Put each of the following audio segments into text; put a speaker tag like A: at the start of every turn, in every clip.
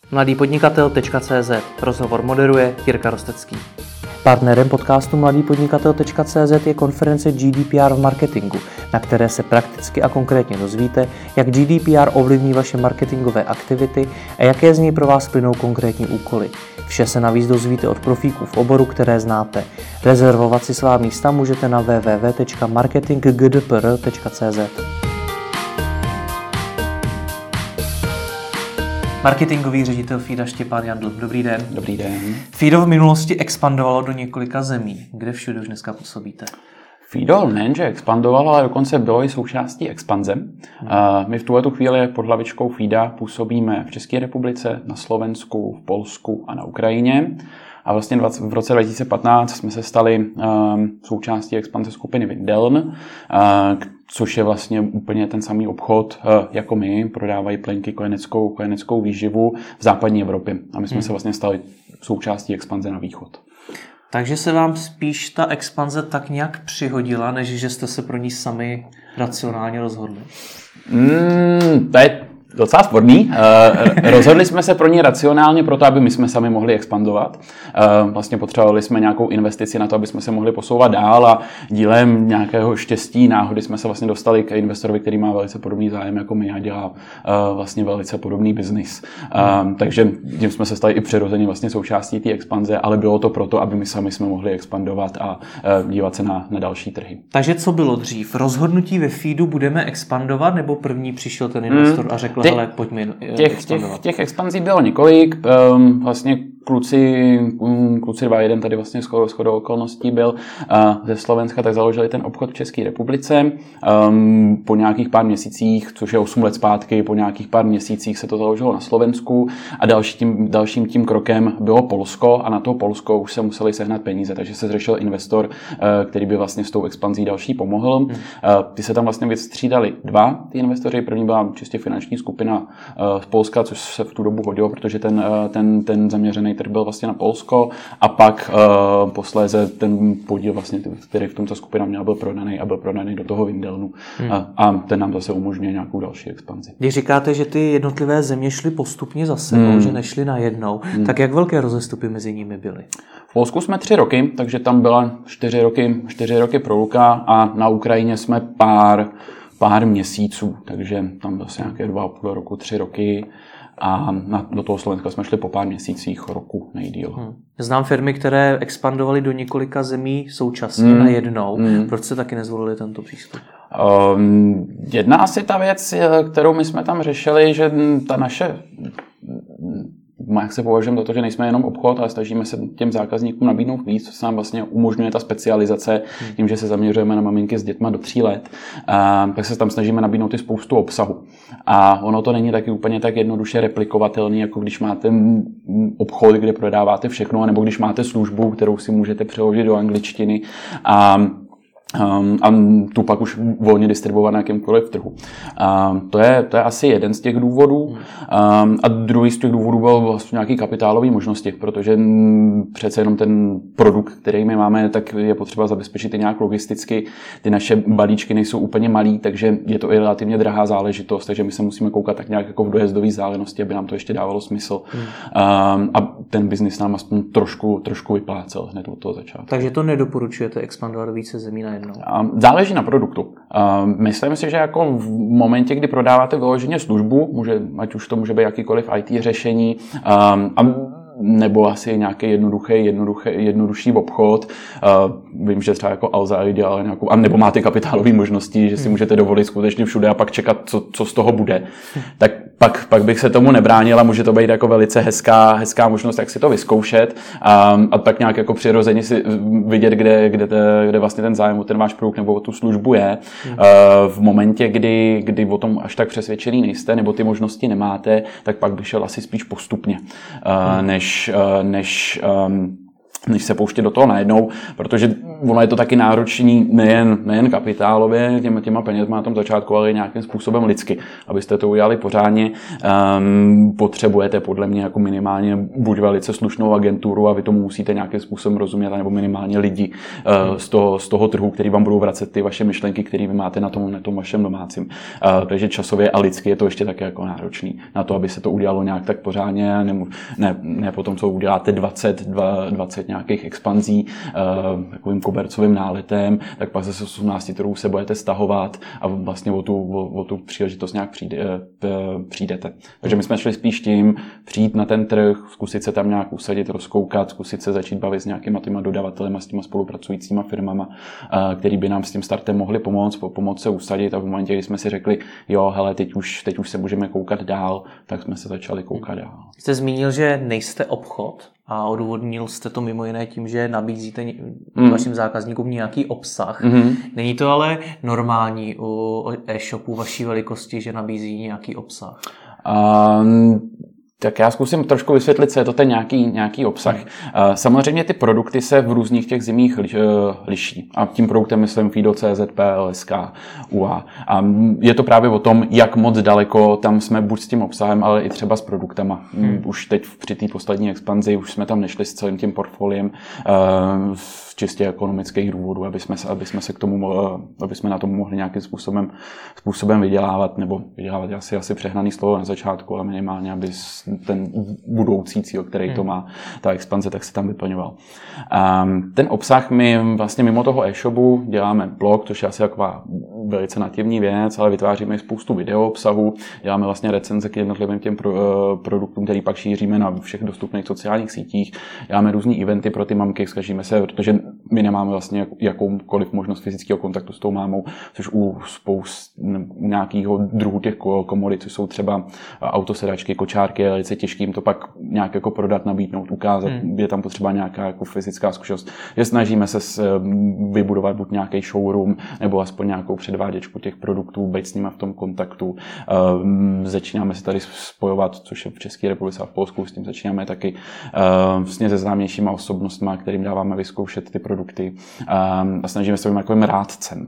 A: mladýpodnikatel.cz. Rozhovor moderuje Jirka Rostecký. Partnerem podcastu mladýpodnikatel.cz je konference GDPR v marketingu, na které se prakticky a konkrétně dozvíte, jak GDPR ovlivní vaše marketingové aktivity a jaké z něj pro vás plynou konkrétní úkoly. Vše se navíc dozvíte od profíků v oboru, které znáte. Rezervovat si svá místa můžete na www.marketinggdpr.cz. Marketingový ředitel Feeda Štěpán Jandl. Dobrý den.
B: Dobrý den.
A: Feedo v minulosti expandovalo do několika zemí. Kde všude už dneska působíte?
B: Feedo nejenže expandovalo, ale dokonce bylo i součástí expanze. My v tuhletu chvíli pod hlavičkou Feeda působíme v České republice, na Slovensku, v Polsku a na Ukrajině. A vlastně v roce 2015 jsme se stali součástí expanze skupiny Windeln, což je vlastně úplně ten samý obchod jako my, prodávají plenky kojeneckou výživu v západní Evropě. A my jsme se vlastně stali součástí expanze na východ.
A: Takže se vám spíš ta expanze tak nějak přihodila, než že jste se pro ní sami racionálně rozhodli?
B: To je docela sporný. Rozhodli jsme se pro ní racionálně proto, aby my jsme sami mohli expandovat. Vlastně potřebovali jsme nějakou investici na to, aby jsme se mohli posouvat dál a dílem nějakého štěstí, náhody jsme se vlastně dostali k investorovi, který má velice podobný zájem jako my a dělá vlastně velice podobný biznis. Takže tím jsme se stali i přirozeně vlastně součástí té expanze, ale bylo to proto, aby my sami jsme mohli expandovat a dívat se na další trhy.
A: Takže co bylo dřív? Rozhodnutí ve Feedu budeme expandovat, nebo první přišel ten investor a řekl, hele, pojďme expandovat?
B: Těch expanzí bylo několik. Vlastně kluci 2.1 tady vlastně shodou okolností byl ze Slovenska, tak založili ten obchod v České republice. Po nějakých pár měsících, což je 8 let zpátky, po nějakých pár měsících se to založilo na Slovensku a dalším tím krokem bylo Polsko a na to Polsko už se museli sehnat peníze, takže se zřešil investor, který by vlastně s tou expanzí další pomohl. Ty se tam vlastně vystřídali dva ty investoři. První byla čistě finanční skupina z Polska, což se v tu dobu hodilo, protože ten zaměřený trh byl vlastně na Polsko a pak posléze ten podíl vlastně, který v tomto skupina měl, byl prodaný do toho Windelnu a ten nám zase umožňuje nějakou další expanzi.
A: Když říkáte, že ty jednotlivé země šly postupně za sebou, že nešly najednou, tak jak velké rozestupy mezi nimi byly?
B: V Polsku jsme 3 roky, takže tam byla 4 roky proluka a na Ukrajině jsme pár měsíců, takže tam vlastně nějaké 2,5 roku, 3 roky a do toho Slovenska jsme šli po pár měsících, roku nejdýl.
A: Znám firmy, které expandovaly do několika zemí současně najednou. Proč se taky nezvolili tento přístup?
B: Jedna asi ta věc, kterou my jsme tam řešili, že ta naše, jak se považujeme za to, že nejsme jenom obchod, ale snažíme se těm zákazníkům nabídnout víc, co se nám vlastně umožňuje ta specializace, tím, že se zaměřujeme na maminky s dětma do 3 let, tak se tam snažíme nabídnout i spoustu obsahu. A ono to není taky úplně tak jednoduše replikovatelný, jako když máte obchod, kde prodáváte všechno, nebo když máte službu, kterou si můžete přeložit do angličtiny a tu pak už volně distribuovat na jakýmkoliv trhu. To je asi jeden z těch důvodů. A druhý z těch důvodů byl vlastně nějaký kapitálový možnosti, protože přece jenom ten produkt, který my máme, tak je potřeba zabezpečit i nějak logisticky. Ty naše balíčky nejsou úplně malý, takže je to i relativně drahá záležitost, takže my se musíme koukat tak nějak jako v dojezdové vzdálenosti, aby nám to ještě dávalo smysl. A ten biznis nám aspoň trošku vyplácel hned od toho začátku.
A: Takže to nedoporučujete expandovat do více zemí najednou?
B: Záleží na produktu. Myslím si, že jako v momentě, kdy prodáváte vyloženě službu, ať už to může být jakýkoliv IT řešení, nebo asi nějaký jednodušší obchod. Vím, že třeba jako Alza dělala nějakou, nebo máte kapitálové možnosti, že si můžete dovolit skutečně všude a pak čekat, co z toho bude. Tak pak bych se tomu nebránil a může to být jako velice hezká možnost, jak si to vyzkoušet a tak nějak jako přirozeně si vidět, kde vlastně ten zájem o ten váš produkt nebo o tu službu je. V momentě, kdy o tom až tak přesvědčený nejste nebo ty možnosti nemáte, tak pak bych šel asi spíš postupně, než než se pouštět do toho najednou, protože ono je to taky náročný nejen kapitálově, těma penězma na tom začátku, ale i nějakým způsobem lidsky. Abyste to udělali pořádně, potřebujete podle mě jako minimálně buď velice slušnou agenturu a vy tomu musíte nějakým způsobem rozumět, nebo minimálně lidi z toho trhu, který vám budou vracet ty vaše myšlenky, které vy máte na tom vašem domácím. Takže časově a lidsky je to ještě taky jako náročný na to, aby se to udělalo nějak tak pořádně, ne potom, co uděláte 20 nějakých expanzí takovým kobercovým náletem, tak pak zase 18 trhů se budete stahovat a vlastně o tu příležitost nějak přijdete. Takže my jsme šli spíš tím přijít na ten trh, zkusit se tam nějak usadit, rozkoukat, zkusit se začít bavit s nějakýma těma dodavatelema, s těma spolupracujícíma firmama, který by nám s tím startem mohli pomoct se usadit a v momentě, kdy jsme si řekli, jo, hele, teď už se můžeme koukat dál, tak jsme se začali koukat dál.
A: Jste zmínil, že nejste obchod a odůvodnil jste to mimo jiné tím, že nabízíte vašim zákazníkům nějaký obsah. Není to ale normální u e-shopu vaší velikosti, že nabízí nějaký obsah?
B: Tak já zkusím trošku vysvětlit, co je to ten nějaký obsah. Samozřejmě ty produkty se v různých těch zemích liší. A tím produktem myslím Fido.cz, PLSK, UA. A je to právě o tom, jak moc daleko tam jsme buď s tím obsahem, ale i třeba s produktama. Už teď při té poslední expanzi už jsme tam nešli s celým tím portfoliem z čistě ekonomických důvodů, aby jsme se k tomu, aby jsme na tom mohli nějakým způsobem vydělávat, nebo vydělávat asi přehnaný slovo na začátku, ale minimálně, aby ten budoucí cíl, který to má, ta expanze, tak se tam vyplňoval. Ten obsah my vlastně mimo toho e-shopu děláme blog, což je asi taková velice nativní věc, ale vytváříme i spoustu video obsahu, děláme vlastně recenze k jednotlivým těm produktům, který pak šíříme na všech dostupných sociálních sítích, děláme různý eventy pro ty mamky, snažíme se, protože my nemáme vlastně jakoukoliv možnost fyzického kontaktu s tou mámou, což u nějakého druhu těch komodit, což jsou třeba autosedačky, kočárky, je velice těžký jim to pak nějak jako prodat, nabídnout, ukázat. Je tam potřeba nějaká jako fyzická zkušenost. Že snažíme se vybudovat buď nějaký showroom, nebo aspoň nějakou předváděčku těch produktů, být s nimi v tom kontaktu. Začínáme se tady spojovat, což je v České republice a v Polsku, s tím začínáme taky vlastně se známějšíma osobnostma, kterým dáváme vyzkoušet ty produkty. A snažíme se být takovým rádcem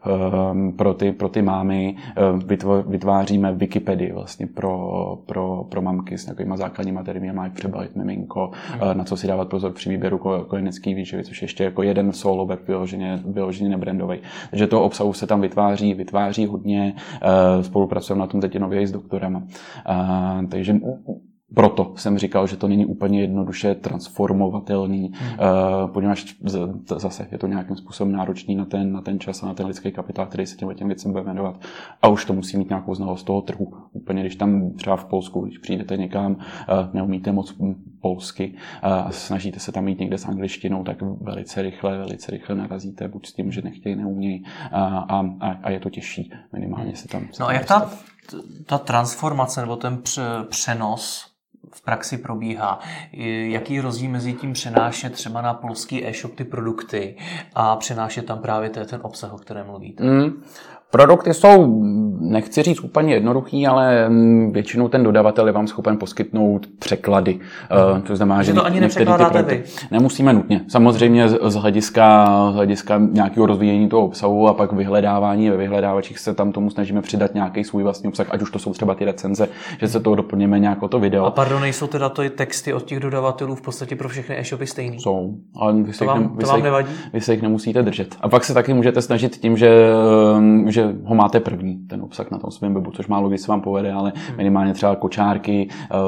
B: pro ty mámy. Vytváříme Wikipedii vlastně pro mamky s nějakýma základníma termíny, jak přebalit miminko, na co si dávat pozor při výběru kojenecký výživy, což ještě jako jeden solo web vyloženě nebrandový. Takže toho obsahu se tam vytváří hodně, spolupracujeme na tom teď nově s doktorama. Takže proto jsem říkal, že to není úplně jednoduše transformovatelný, poněvadž zase je to nějakým způsobem náročný na ten čas a na ten lidský kapitál, který se těm věcem bude jmenovat. A už to musí mít nějakou znalost toho trhu. Úplně když tam třeba v Polsku, když přijdete někam, neumíte moc polsky a snažíte se tam mít někde s angličtinou, tak velice rychle narazíte, buď s tím, že nechtějí, neumějí a je to těžší. Minimálně se tam...
A: No a jak ta transformace nebo ten přenos v praxi probíhá? Jaký je rozdíl mezi tím přenášet třeba na polský e-shop ty produkty a přenášet tam právě ten obsah, o kterém mluvíte?
B: Produkty jsou, nechci říct úplně jednoduchý, ale většinou ten dodavatel je vám schopen poskytnout překlady. To znamená, že
A: to ani nepřekládáte vy?
B: Nemusíme nutně. Samozřejmě z hlediska nějakého rozvíjení toho obsahu a pak vyhledávání ve vyhledávačích se tam tomu snažíme přidat nějaký svůj vlastní obsah, ať už to jsou třeba ty recenze, že se toho doplněme nějak o to video.
A: A pardon, nejsou teda ty texty od těch dodavatelů v podstatě pro všechny e-shopy stejný?
B: Jsou, ale vy
A: vám nevadí?
B: Vy se jich nemusíte držet. A pak se taky můžete snažit tím, že ho máte první, ten obsah na tom svém webu, což málo kdy se vám povede, ale minimálně třeba kočárky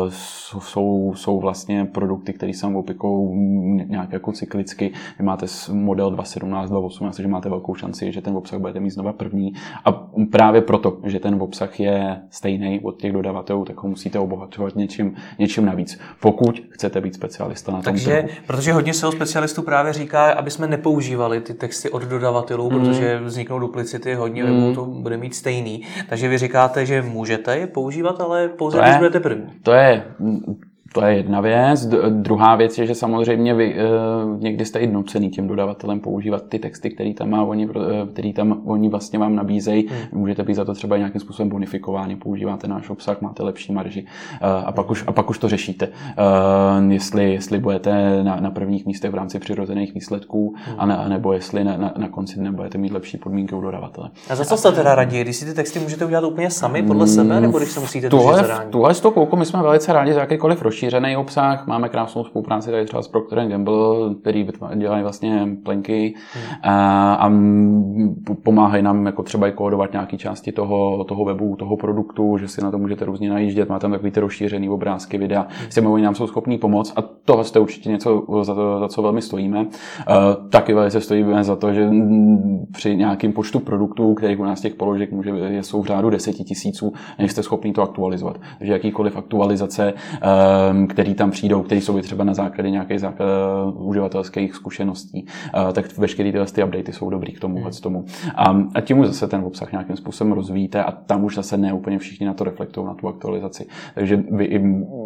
B: jsou vlastně produkty, které se vám opikou nějak jako cyklicky. Vy máte model 2017, 2018, takže máte velkou šanci, že ten obsah budete mít znova první. A právě proto, že ten obsah je stejný od těch dodavatelů, tak ho musíte obohacovat něčím navíc, pokud chcete být specialista na tom trhu.
A: Protože hodně SEO specialistů právě říká, aby jsme nepoužívali ty texty od dodavatelů, protože vzniknou duplicity, hodně webů to bude mít stejný. Takže vy říkáte, že můžete je používat, ale pouze když budete první.
B: To je jedna věc. Druhá věc je, že samozřejmě vy někdy jste i nucený těm dodavatelem používat ty texty, který tam oni vlastně vám nabízejí. Můžete být za to třeba nějakým způsobem bonifikováni, používáte náš obsah, máte lepší marži a pak už to řešíte. Jestli budete na prvních místech v rámci přirozených výsledků, nebo jestli na konci nebudete mít lepší podmínky u dodavatele.
A: A za co jste teda raději? Když si ty texty můžete udělat úplně sami podle sebe, nebo když se musíte držet zadání?
B: Tuhle z toho kouku my jsme velice rádi za jakýkoliv rozšířený obsah. Máme krásnou spolupráci tady třeba s Procter & Gamble, který dělají vlastně plenky a pomáhají nám jako třeba i kódovat nějaké části toho webu, toho produktu, že si na to můžete různě najíždět, má tam takový ty rozšířený obrázky, videa, s těmi oni nám jsou schopní pomoct a tohle je určitě něco, za co velmi stojíme. Taky velice stojíme za to, že při nějakým počtu produktů, kterých u nás těch položek jsou v řádu 10 000, než jste schopní to aktualizovat. Takže jakýkoliv aktualizace, které tam přijdou, které jsou třeba na základě nějakých uživatelských zkušeností, tak veškeré ty updaty jsou dobrý k tomu. A tím už zase ten obsah nějakým způsobem rozvíjíte a tam už zase ne úplně všichni na to reflektují, na tu aktualizaci. Takže vy i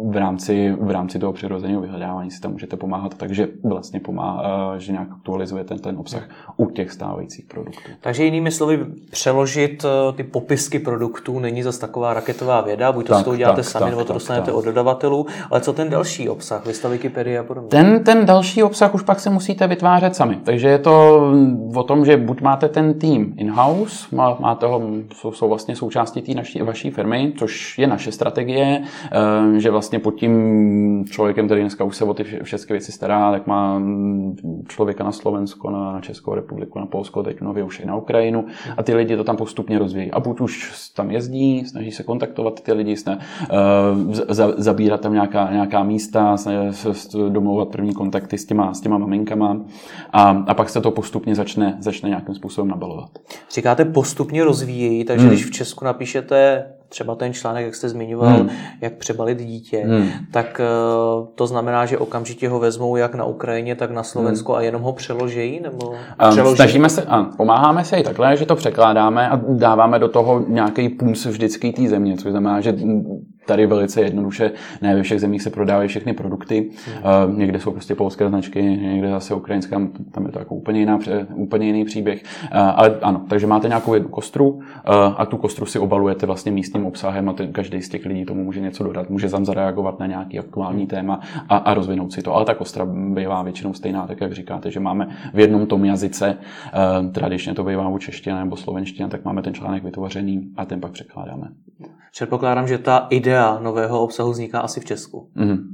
B: v rámci toho přirozeného vyhledávání si tam můžete pomáhat, takže vlastně že nějak aktualizujete ten obsah u těch stávajících produktů.
A: Takže jinými slovy, přeložit ty popisky produktů není zase taková raketová věda, buď to s tou děláte sami, nebo to dostanete od dodavatelů, ale co ten další obsah, Vista, Wikipedia a podobně?
B: Ten další obsah už pak se musíte vytvářet sami. Takže je to o tom, že buď máte ten tým in-house, jsou vlastně součástí té vaší firmy, což je naše strategie, že vlastně pod tím člověkem, který dneska už se o ty všechny věci stará, tak má člověka na Slovensko, na Českou republiku, na Polsko, teď nově už i na Ukrajinu a ty lidi to tam postupně rozvíjí. A buď už tam jezdí, snaží se kontaktovat ty lidi, zabírat tam nějaká místa, domlouvat první kontakty s těma maminkama a pak se to postupně začne nějakým způsobem nabalovat.
A: Říkáte postupně rozvíjí, takže když v Česku napíšete třeba ten článek, jak jste zmiňoval, jak přebalit dítě, tak to znamená, že okamžitě ho vezmou jak na Ukrajině, tak na Slovensku a jenom ho přeložejí? Nebo
B: snažíme se, pomáháme se i takhle, že to překládáme a dáváme do toho nějaký puls vždycky té země, což znamená, že tady velice jednoduše, ne ve všech zemích se prodávají všechny produkty, někde jsou prostě polské značky, někde zase ukrajinská, tam je to jako úplně jiný příběh, ale ano, takže máte nějakou jednu kostru a tu kostru si obalujete vlastně místním obsahem a každý z těch lidí tomu může něco dodat, může tam zareagovat na nějaký aktuální téma a rozvinout si to, ale ta kostra bývá většinou stejná, tak jak říkáte, že máme v jednom tom jazyce, tradičně to bývá u čeština nebo slovenština, tak máme ten článek vytvořený a ten pak překládáme.
A: Předpokládám, že ta idea nového obsahu vzniká asi v Česku.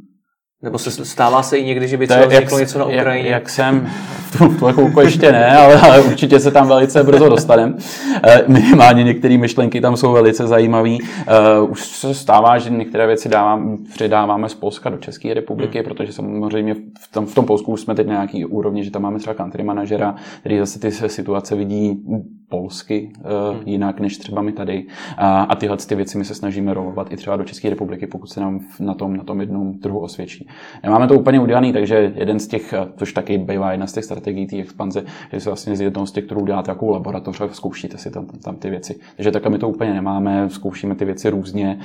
A: Nebo se stává se i někdy, že by třeba vzniklo něco na Ukrajině?
B: Jak jsem, v tuhle chvilku ještě ne, ale určitě se tam velice brzo dostaneme. Minimálně některé myšlenky tam jsou velice zajímavé. Už se stává, že některé věci předáváme z Polska do České republiky, protože samozřejmě v tom Polsku už jsme teď na nějaký úrovni, že tam máme třeba country manažera, který zase ty situace vidí polsky jinak než třeba my tady. A tyhle ty věci my se snažíme rolovat i třeba do České republiky, pokud se nám na tom jednom trhu osvědčí. Nemáme to úplně udělaný, takže jeden z těch, což taky bývá jedna z těch strategií té expanze, že se vlastně z jednoho z těch trhů děláte takovou laboratoř a zkoušíte si tam ty věci. Takže takhle my to úplně nemáme, zkoušíme ty věci různě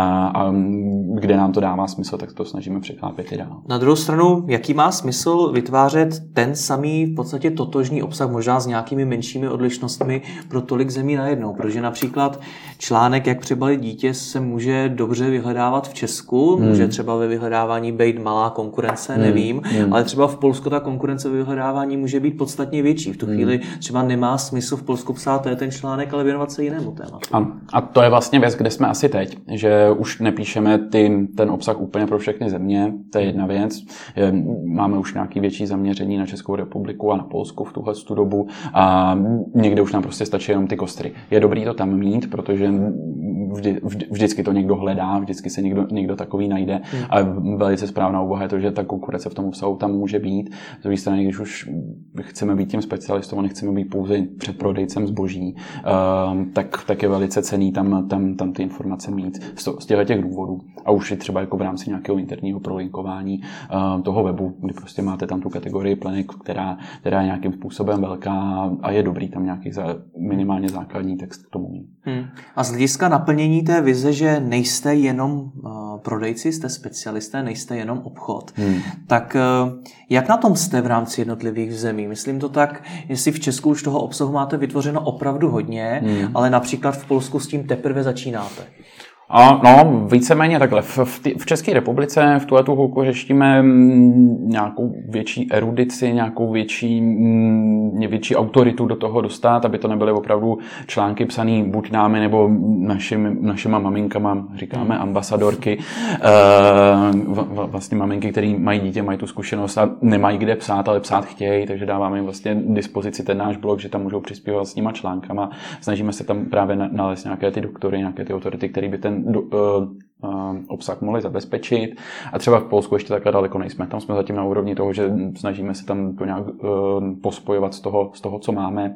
B: a kde nám to dává smysl, tak to snažíme překlápět i dál.
A: Na druhou stranu, jaký má smysl vytvářet ten samý v podstatě totožný obsah, možná s nějakými menšími odlišnostmi pro tolik zemí najednou, protože například článek, jak přebalit dítě, se může dobře vyhledávat v Česku, může třeba ve vyhledávání být malá konkurence, nevím, ale třeba v Polsku ta konkurence ve vyhledávání může být podstatně větší. V tu chvíli třeba nemá smysl v Polsku psát ten článek, ale věnovat se jinému tématu.
B: A to je vlastně věc, kde jsme asi teď, že už nepíšeme ten obsah úplně pro všechny země, to je jedna věc. Máme už nějaký větší zaměření na Českou republiku a na Polsku v tuhle dobu a někde už nám prostě stačí jenom ty kostry. Je dobrý to tam mít, protože vždycky to někdo hledá, vždycky se někdo takový najde a velice správná úvaha je to, že ta konkurence v tom obsahu tam může být. Z druhé strany, když už chceme být tím specialistou a nechceme být pouze předprodejcem zboží, tak je velice cenný tam ty informace mít z těch důvodů. A už i třeba jako v rámci nějakého interního prolinkování toho webu, kdy prostě máte tam tu kategorii plenek, která je nějakým způsobem velká a je dobrý tam nějaký minimálně základní text k tomu mít.
A: A z hlediska naplnění naplnění té vize, že nejste jenom prodejci, jste specialisté, nejste jenom obchod. Tak jak na tom jste v rámci jednotlivých zemí? Myslím to tak, jestli v Česku už toho obsahu máte vytvořeno opravdu hodně, ale například v Polsku s tím teprve začínáte.
B: No, víceméně takhle. V České republice v tuhletu chvilku řešíme nějakou větší erudici, nějakou větší autoritu do toho dostat, aby to nebyly opravdu články psané buď námi nebo našima maminkama, říkáme ambasadorky, vlastně maminky, které mají dítě, mají tu zkušenost a nemají kde psát, ale psát chtějí, takže dáváme jim vlastně dispozici ten náš blog, že tam můžou přispívat s nima článkama. Snažíme se tam právě nalézt nějaké ty doktory, nějaké ty autority, které by ten obsah mohli zabezpečit. A třeba v Polsku ještě takhle daleko nejsme. Tam jsme zatím na úrovni toho, že snažíme se tam to nějak pospojovat z toho, co máme.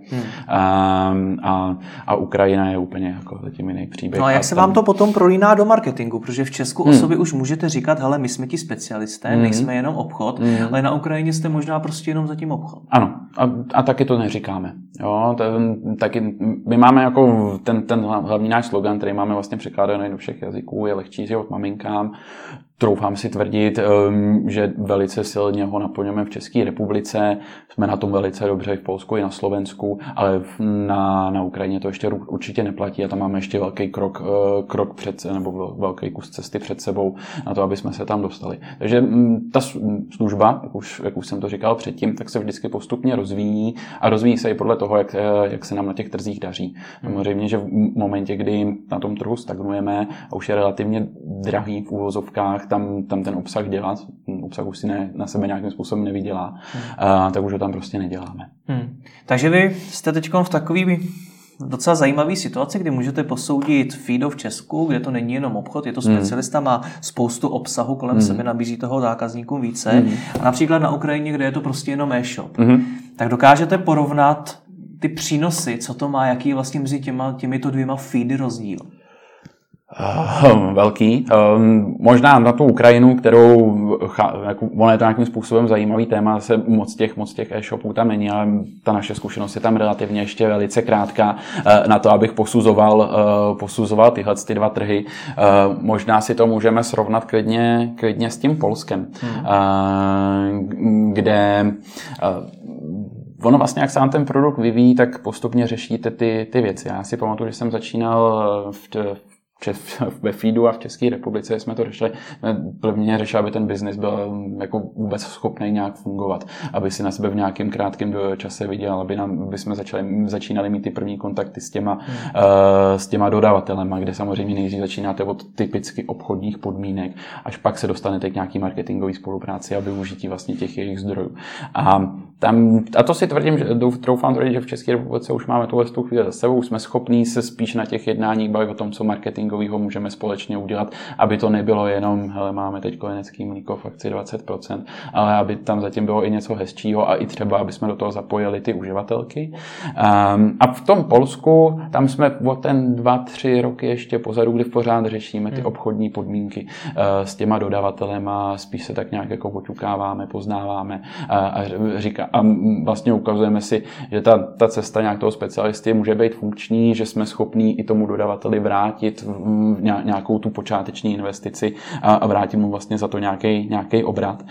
B: A Ukrajina je úplně jako zatím jiný příběh.
A: No a jak se vám to potom prolíná do marketingu? Protože v Česku o sobě už můžete říkat, hele, my jsme ti specialisté, nejsme jenom obchod, ale na Ukrajině jste možná prostě jenom zatím obchod.
B: Ano. A taky to neříkáme. Jo, taky my máme jako ten hlavní náš slogan, který máme vlastně překládaný do všech jazyků, je lehčí život maminkám. Troufám si tvrdit, že velice silně ho naplňujeme v České republice. Jsme na tom velice dobře v Polsku i na Slovensku, ale na Ukrajině to ještě určitě neplatí a tam máme ještě velký krok před, nebo velký kus cesty před sebou na to, aby jsme se tam dostali. Takže ta služba, jak už jsem to říkal předtím, tak se vždycky postupně rozvíjí a rozvíjí se i podle toho, jak se nám na těch trzích daří. Samozřejmě, že v momentě, kdy na tom trhu stagnujeme a už je relativně drahý v uvozovkách, tam ten obsah dělat, obsah už si na sebe nějakým způsobem nevydělá, tak už ho tam prostě neděláme.
A: Takže vy jste teď v takový docela zajímavý situaci, kdy můžete posoudit Fido v Česku, kde to není jenom obchod, je to specialista, má spoustu obsahu kolem sebe, nabízí toho zákazníkům více. A například na Ukrajině, kde je to prostě jenom e-shop. Tak dokážete porovnat ty přínosy, co to má, jaký je vlastně mezi těmito dvěma feedy rozdíl?
B: Velký. Možná na tu Ukrajinu, kterou jako, ono je to nějakým způsobem zajímavý téma, se moc těch e-shopů tam není, ale ta naše zkušenost je tam relativně ještě velice krátká na to, abych posuzoval tyhle ty dva trhy. Možná si to můžeme srovnat klidně s tím Polskem, kde ono vlastně, jak se vám ten produkt vyvíjí, tak postupně řešíte ty věci. Já si pamatuju, že jsem začínal ve Feedu a v České republice jsme to řešili, prvně řešili, aby ten biznis byl jako vůbec schopný nějak fungovat, aby si na sebe v nějakém krátkém čase viděl, aby jsme začínali mít ty první kontakty s těma dodavatelema, kde samozřejmě nejdřív začínáte od typicky obchodních podmínek, až pak se dostanete k nějaký marketingové spolupráci a využití vlastně těch jejich zdrojů. A to si tvrdím, že troufám tvrdit, že v České republice už máme tuhle chvíli za sebou, jsme schopní se spíš na těch jednáních bavit o tom, co marketingového můžeme společně udělat, aby to nebylo jenom, hele, máme teď kojenecký mlíko v akci 20%, ale aby tam zatím bylo i něco hezčího a i třeba, aby jsme do toho zapojili ty uživatelky. A v tom Polsku, tam jsme o ten 2-3 roky ještě pozadu, kdy pořád řešíme ty obchodní podmínky s těma dodavatelema, spíš se tak nějak jako oťukáváme, poznáváme a vlastně ukazujeme si, že ta cesta nějak toho specialisty může být funkční, že jsme schopní i tomu dodavateli vrátit nějakou tu počáteční investici a vrátit mu vlastně za to nějaký obrat.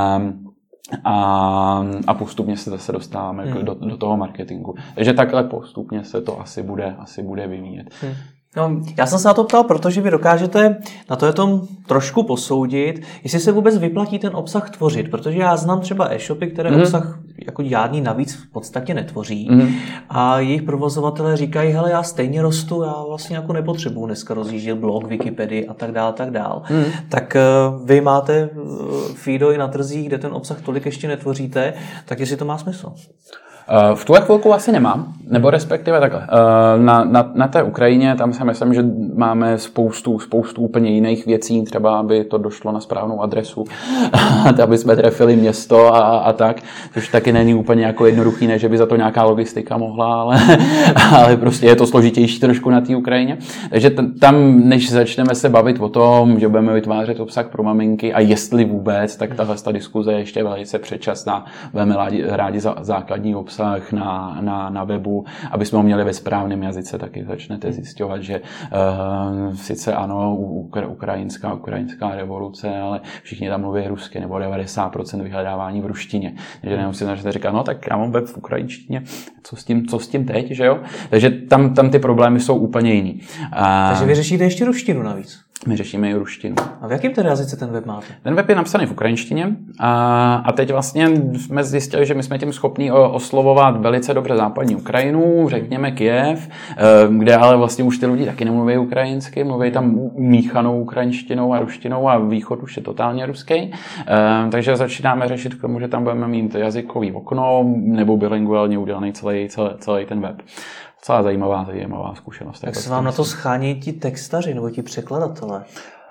B: A postupně se zase dostáváme do toho marketingu. Takže takhle postupně se to asi bude vyvíjet.
A: No, já jsem se na to ptal, protože vy dokážete na to trošku posoudit, jestli se vůbec vyplatí ten obsah tvořit, protože já znám třeba e-shopy, které obsah jako žádný navíc v podstatě netvoří a jejich provozovatelé říkají, hele, já stejně rostu, já vlastně jako nepotřebuji dneska rozjíždět blog, Wikipedii a tak dál. Tak vy máte Fido i na trzích, kde ten obsah tolik ještě netvoříte, tak jestli to má smysl?
B: V tuhle chvilku asi nemám, nebo respektive takhle. Na té Ukrajině, tam si myslím, že máme spoustu úplně jiných věcí, třeba aby to došlo na správnou adresu, aby jsme trefili město a tak, což taky není úplně jako jednoduchý, ne, že by za to nějaká logistika mohla, ale prostě je to složitější trošku na té Ukrajině. Takže tam, než začneme se bavit o tom, že budeme vytvářet obsah pro maminky a jestli vůbec, tak tahle diskuze je ještě velice předčasná, budeme rádi za základní obsah obsah na webu, aby jsme ho měli ve správném jazyce, taky začnete zjišťovat, že sice ano, ukrajinská revoluce, ale všichni tam mluví rusky, nebo 90% vyhledávání v ruštině. Takže nemusím říkat, no tak já mám web v ukrajinštině, co s tím teď, že jo? Takže tam ty problémy jsou úplně jiný.
A: Takže vy řešíte ještě ruštinu navíc?
B: My řešíme i ruštinu.
A: A v jakém teda jazyce ten web máte?
B: Ten web je napsaný v ukrajinštině a teď vlastně jsme zjistili, že my jsme tím schopní oslovovat velice dobře západní Ukrajinu, řekněme Kyjev, kde ale vlastně už ty lidi taky nemluví ukrajinsky, mluví tam míchanou ukrajinštinou a ruštinou a východ už je totálně ruský. Takže začínáme řešit k tomu, že tam budeme mít jazykový okno nebo bilinguálně udělaný celý ten web. Celá zajímavá zkušenost.
A: Jak se vám na to schání ti textaři nebo ti překladatelé?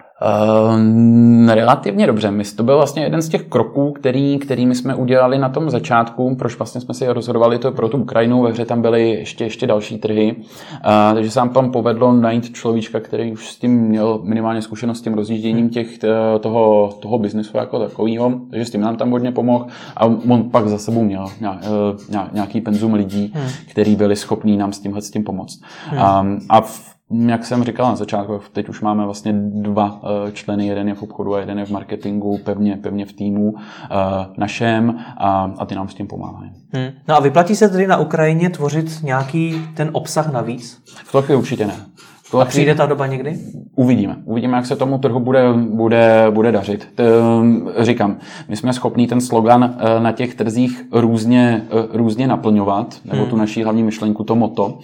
B: Relativně dobře. To byl vlastně jeden z těch kroků, kterými jsme udělali na tom začátku, proč vlastně jsme si rozhodovali to pro tu Ukrajinu, ve hře tam byly ještě další trhy, takže se nám tam povedlo najít človíčka, který už s tím měl minimálně zkušenost s tím rozjížděním toho biznesu jako takového, takže s tím nám tam hodně pomohl a on pak za sebou měl nějaký penzum lidí, který byli schopní nám s tím pomoct. Jak jsem říkal na začátku, teď už máme vlastně 2 členy, jeden je v obchodu a jeden je v marketingu, pevně v týmu našem a ty nám s tím pomáhají.
A: No a vyplatí se tedy na Ukrajině tvořit nějaký ten obsah navíc?
B: V to chvíli určitě ne.
A: A přijde ta doba někdy?
B: Uvidíme, jak se tomu trhu bude dařit. Říkám, my jsme schopní ten slogan na těch trzích různě naplňovat, nebo tu naší hlavní myšlenku, to motto.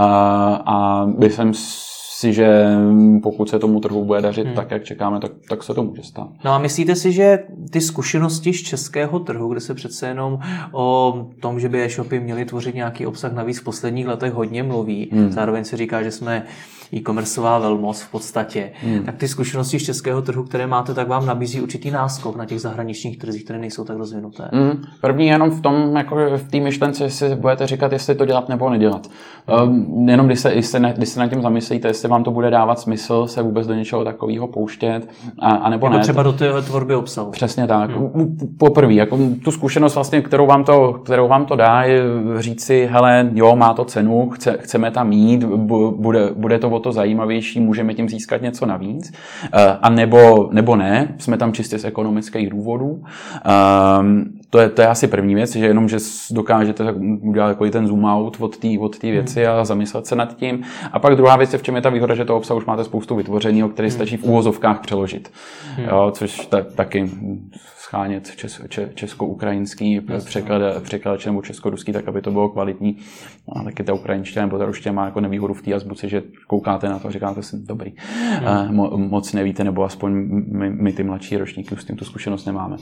B: A myslím si, že pokud se tomu trhu bude dařit tak, jak čekáme, tak se to může stát.
A: No a myslíte si, že ty zkušenosti z českého trhu, kde se přece jenom o tom, že by e-shopy měly tvořit nějaký obsah navíc v posledních letech hodně mluví, zároveň se říká, že jsme e-commerceová velmoc v podstatě, tak ty zkušenosti z českého trhu, které máte, tak vám nabízí určitý náskok na těch zahraničních trzích, které nejsou tak rozvinuté.
B: První jenom v tom, jako v té myšlence, jestli budete říkat, jestli to dělat nebo nedělat. Jenom když se nad tím zamyslíte, jestli vám to bude dávat smysl se vůbec do něčeho takového pouštět, a nebo ne.
A: Třeba do té tvorby obsahu.
B: Přesně tak. Poprvé, jako tu zkušenost vlastně, kterou vám to dá, je říct si, hele, jo, má to cenu, chceme tam jít, bude to o to zajímavější, můžeme tím získat něco navíc, a nebo ne, jsme tam čistě z ekonomických důvodů. To je asi první věc, že jenom, že dokážete udělat jako ten zoom out od té věci a zamyslet se nad tím. A pak druhá věc je, v čem je ta výhoda, že to obsah už máte spoustu vytvořeného, který stačí v uvozovkách přeložit. Jo, což taky schánět česko-ukrajinský překladač nebo česko-ruský, tak aby to bylo kvalitní. A taky ta ukrajinština nebo ta ruština má jako nevýhodu v té azbuce, že koukáte na to a říkáte si, dobrý, moc nevíte, nebo aspoň my ty mladší ročníky už s tím tu zkušenost nemáme.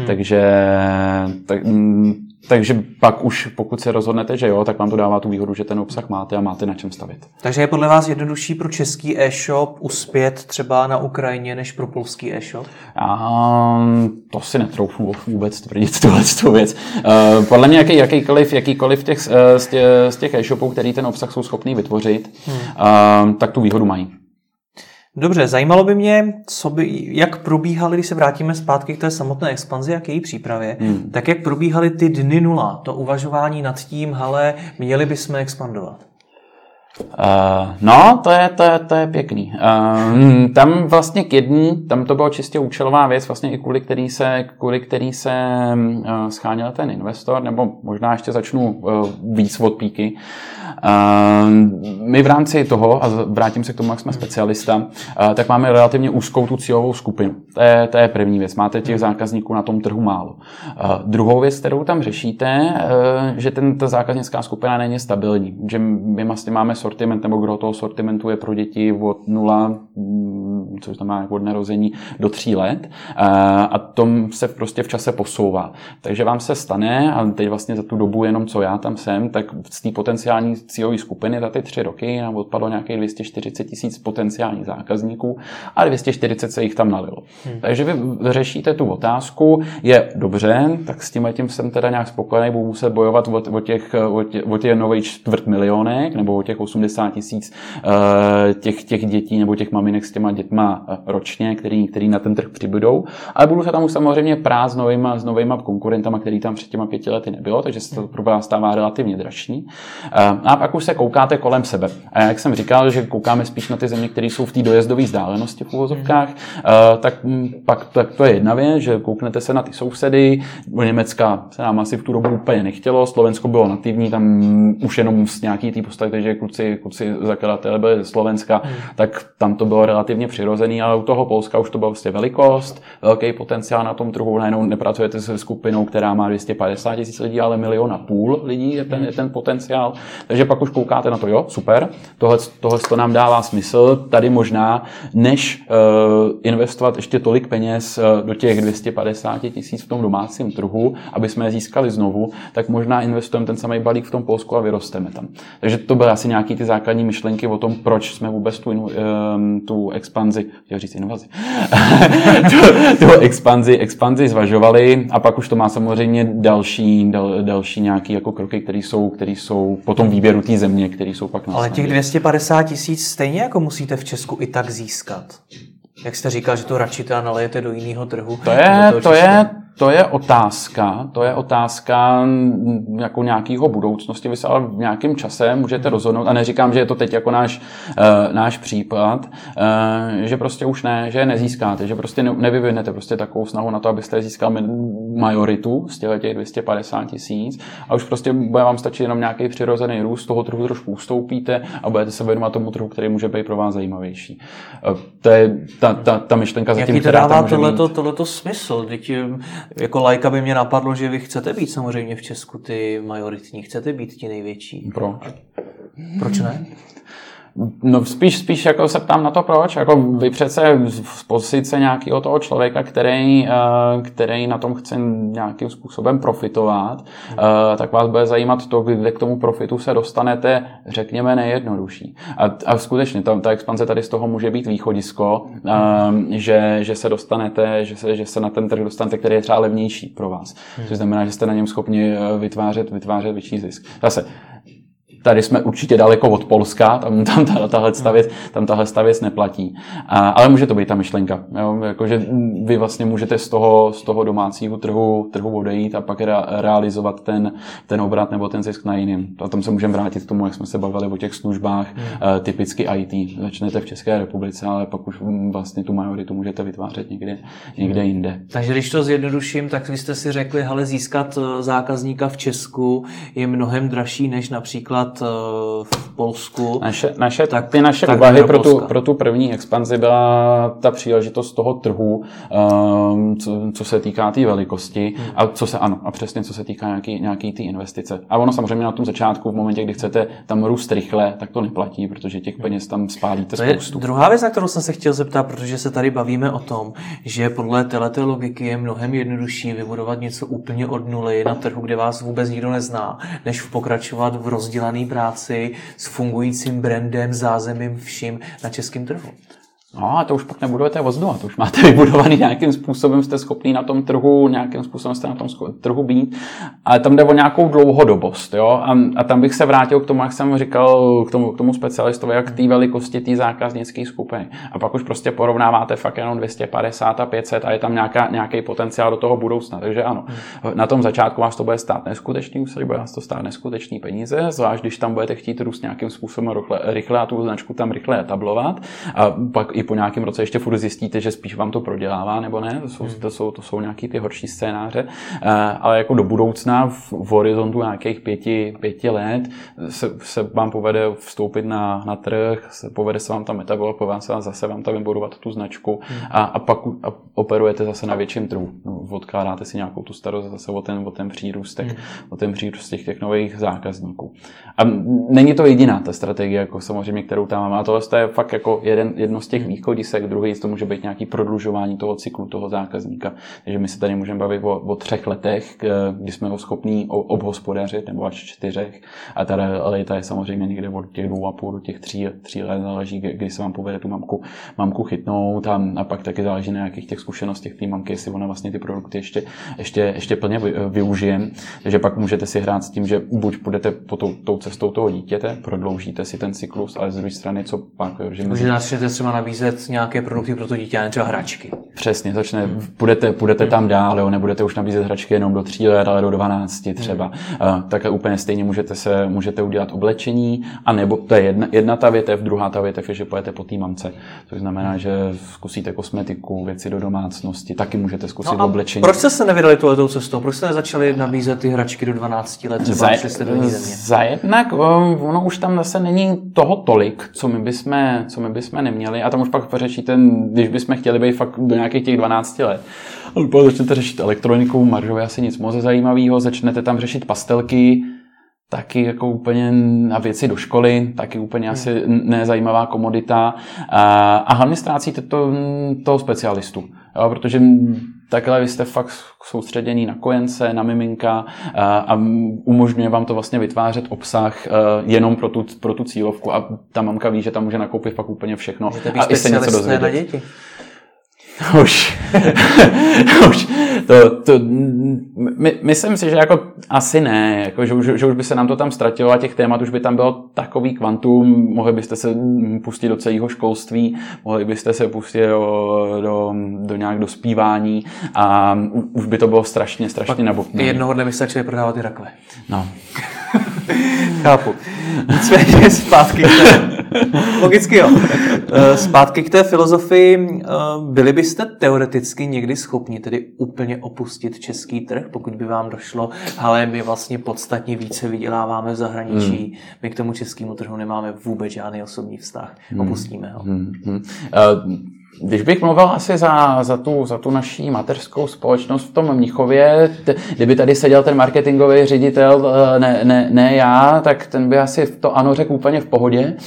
B: Takže pak už, pokud se rozhodnete, že jo, tak vám to dává tu výhodu, že ten obsah máte a máte na čem stavět.
A: Takže je podle vás jednodušší pro český e-shop uspět třeba na Ukrajině, než pro polský e-shop?
B: To si netroufnu vůbec tvrdit tuhletu věc. Podle mě jakýkoliv z těch e-shopů, který ten obsah jsou schopný vytvořit, tak tu výhodu mají.
A: Dobře, zajímalo by mě, jak probíhaly, když se vrátíme zpátky k té samotné expanzi a k její přípravě, tak jak probíhaly ty dny nula, to uvažování nad tím, hele, měli bychom expandovat?
B: To je pěkný. Tam vlastně tam to bylo čistě účelová věc, vlastně i kvůli který se scháněl ten investor, nebo možná ještě začnu víc od píky. My v rámci toho, a vrátím se k tomu, jak jsme specialista, tak máme relativně úzkou tu cílovou skupinu. To je první věc. Máte těch zákazníků na tom trhu málo. Druhou věc, kterou tam řešíte, že ta zákaznická skupina není stabilní. Že my vlastně máme sortiment, nebo kdo toho sortimentu je pro děti od 0, což znamená od narození, do 3 let. A tom se prostě v čase posouvá. Takže vám se stane, a teď vlastně za tu dobu jenom co já tam jsem, tak z té potenciální cílové skupiny za ty 3 roky nám odpadlo nějakých 240 000 potenciálních zákazníků a 240 se jich tam nalilo. Takže vy řešíte tu otázku, je dobře, tak s tímhletím jsem teda nějak spokojený, budu muset bojovat o těch nových 250 000 nebo o těch 80 000 těch dětí nebo těch maminek s těma dětma možná ročně, který na ten trh přibudou, ale budu se tam už samozřejmě prát s novýma konkurentama, který tam před těma 5 lety nebylo, takže se to pro vás stává relativně dražší. A pak už se koukáte kolem sebe. A jak jsem říkal, že koukáme spíš na ty země, které jsou v té dojezdové vzdálenosti v uvozovkách, tak to je jedna věc, že kouknete se na ty sousedy. Do Německa se nám asi v tu dobu úplně nechtělo, Slovensko bylo nativní, tam už jenom z nějaký té podstaty, že kluci zakladatelé byli ze Slovenska, tak tam to bylo relativně přirozený, ale u toho Polska už to byla vlastně velikost, velký potenciál na tom trhu, najednou nepracujete se skupinou, která má 250 000 lidí, ale 1,5 milionu lidí je ten potenciál. Takže pak už koukáte na to, jo, super, tohle to nám dává smysl, tady možná, než investovat ještě tolik peněz do těch 250 000 v tom domácím trhu, aby jsme je získali znovu, tak možná investujeme ten samý balík v tom Polsku a vyrosteme tam. Takže to byly asi nějaký ty základní myšlenky o tom, proč jsme vůbec tu expanzi, chtěl říct invazi, tu expanzi zvažovali, a pak už to má samozřejmě další nějaký jako kroky, které jsou po tom výběru té země, které jsou pak na
A: Ale těch 250 000 stejně jako musíte v Česku i tak získat. Jak jste říkal, že to radši teda nalijete do jiného trhu.
B: To je otázka jako nějakého budoucnosti. Vy se ale v nějakém čase můžete rozhodnout, a neříkám, že je to teď jako náš případ, že prostě už ne, že je nezískáte, že prostě nevyvinete prostě takovou snahu na to, abyste získali majoritu z těch 250 000 a už prostě bude vám stačit jenom nějaký přirozený růst, z toho trhu trošku ustoupíte a budete se věnovat tomu trhu, který může být pro vás zajímavější. To je ta myšlenka zatím,
A: jaký to dává tohleto smysl? Teď jako laika by mě napadlo, že vy chcete být samozřejmě v Česku ty majoritní, chcete být ti největší. Proč ne?
B: No spíš jako se ptám na to, proč. Jako vy přece z pozice nějakého toho člověka, který na tom chce nějakým způsobem profitovat, tak vás bude zajímat to, kde k tomu profitu se dostanete, řekněme, nejjednodušší. A skutečně ta expanze tady z toho může být východisko, že se dostanete, že se na ten trh dostanete, který je třeba levnější pro vás. Což znamená, že jste na něm schopni vytvářet větší zisk. Zase, tady jsme určitě daleko od Polska, tam tahle věc neplatí. Ale může to být ta myšlenka. Jo? Jakože vy vlastně můžete z toho domácího trhu odejít a pak realizovat ten obrat nebo ten zisk na jiným. A tam se můžeme vrátit k tomu, jak jsme se bavili o těch službách, typicky IT. Začnete v České republice, ale pak už vlastně tu majoritu můžete vytvářet někde jinde. Takže když to zjednoduším, tak vy jste si řekli, hele, získat zákazníka v Česku je mnohem dražší než například v Polsku. Naše úvahy pro tu první expanzi byla ta příležitost toho trhu, co se týká té velikosti a přesně co se týká nějaký té investice. A ono samozřejmě na tom začátku, v momentě, kdy chcete tam růst rychle, tak to neplatí, protože těch peněz tam spálíte spoustu. Druhá věc, na kterou jsem se chtěl zeptat, protože se tady bavíme o tom, že podle téhleté logiky je mnohem jednodušší vybudovat něco úplně od nuly na trhu, kde vás vůbec nikdo nezná, než pokračovat v rozdělané práci s fungujícím brandem, zázemím, vším na českém trhu. No a to už pak nebudujete od znova, to už máte vybudovaný nějakým způsobem, jste schopný na tom trhu, nějakým způsobem jste na tom trhu být, ale tam jde o nějakou dlouhodobost, jo, a tam bych se vrátil k tomu, jak jsem říkal, k tomu specialistovi, jak k té velikosti té zákaznické skupiny. A pak už prostě porovnáváte fakt jenom 250 a 500 a je tam nějaký potenciál do toho budoucna, takže ano, na tom začátku vás to bude stát neskutečný úsilí, bude vás to stát neskutečný peníze, zvlášť když tam budete chtít růst nějakým způsobem rychle a tu značku tam rychle etablovat, a pak i po nějakém roce ještě furt zjistíte, že spíš vám to prodělává, nebo ne, to jsou nějaký ty horší scénáře, ale jako do budoucna v horizontu nějakých 5 let se vám povede vstoupit na trh, povede se vám tam etablovat, povede se zase vám tam vybudovat tu značku a pak operujete zase na větším trhu. Odkládáte si nějakou tu starost zase o ten přírůstek, o ten přírůst těch nových zákazníků. A není to jediná ta strategie, jako samozřejmě, kterou tam máme, a tohle je fakt jako jedno z těch východisek, druhý to může být nějaký prodlužování toho cyklu toho zákazníka. Takže my se tady můžeme bavit o 3 letech, kdy jsme ho schopní obhospodařit, nebo až 4. A ta realita je samozřejmě někde od těch 2,5 do těch 3 let, záleží, kdy se vám povede tu mamku chytnout, a pak taky záleží na nějakých těch zkušenostech té mamky, jestli ona vlastně ty produkty ještě plně využije. Takže pak můžete si hrát s tím, že buď půjdete po tou cestou toho dítěte, prodloužíte si ten cyklus, ale z druhé strany, co pak, že nás třeba nabízet
A: nabízet nějaké produkty pro to dítě, třeba hračky.
B: Přesně, půjdete tam dál, jo, nebudete už nabízet hračky jenom do 3 let, ale do 12 třeba. Tak úplně stejně můžete udělat oblečení, anebo to je jedna ta větev, druhá ta větev je, že pojete po té mamce. Což znamená, že zkusíte kosmetiku, věci do domácnosti, taky můžete zkusit oblečení.
A: Proč jste se nevydali touhletou cestou? Proč jste nezačali nabízet ty hračky do 12 let? Třeba jste do jiné země?
B: Zajednak, ono už tam zase není toho tolik, co my bychom neměli. A tam už pak řešíte, když bychom chtěli být fakt do nějakých těch 12 let. Ale pak začnete řešit elektroniku, maržové asi nic moc zajímavého, začnete tam řešit pastelky, taky jako úplně na věci do školy, taky úplně asi nezajímavá komodita. A hlavně ztrácíte toho specialistu, jo, protože takhle vy jste fakt soustředění na kojence, na miminka a umožňuje vám to vlastně vytvářet obsah jenom pro tu cílovku a ta mamka ví, že tam může nakoupit fakt úplně všechno a i se něco dozvědět.
A: Na děti.
B: Už. Myslím si, že jako asi ne, jako, že už by se nám to tam ztratilo a těch témat už by tam bylo takový kvantum, mohli byste se pustit do celého školství, mohli byste se pustit do nějak do zpívání a už by to bylo strašně nabokné.
A: Jednoho dne by stačili prodávat ty rakve.
B: No.
A: Chápu. Nicméně zpátky k té... Logicky jo. Zpátky k té filozofii. Byli byste teoreticky někdy schopni tedy úplně opustit český trh, pokud by vám došlo, ale my vlastně podstatně více vyděláváme v zahraničí, my k tomu českému trhu nemáme vůbec žádný osobní vztah. Opustíme ho.
B: Když bych mluvil asi za tu naší mateřskou společnost v tom Mnichově, kdyby tady seděl ten marketingový ředitel, ne já, tak ten by asi to ano řekl úplně v pohodě.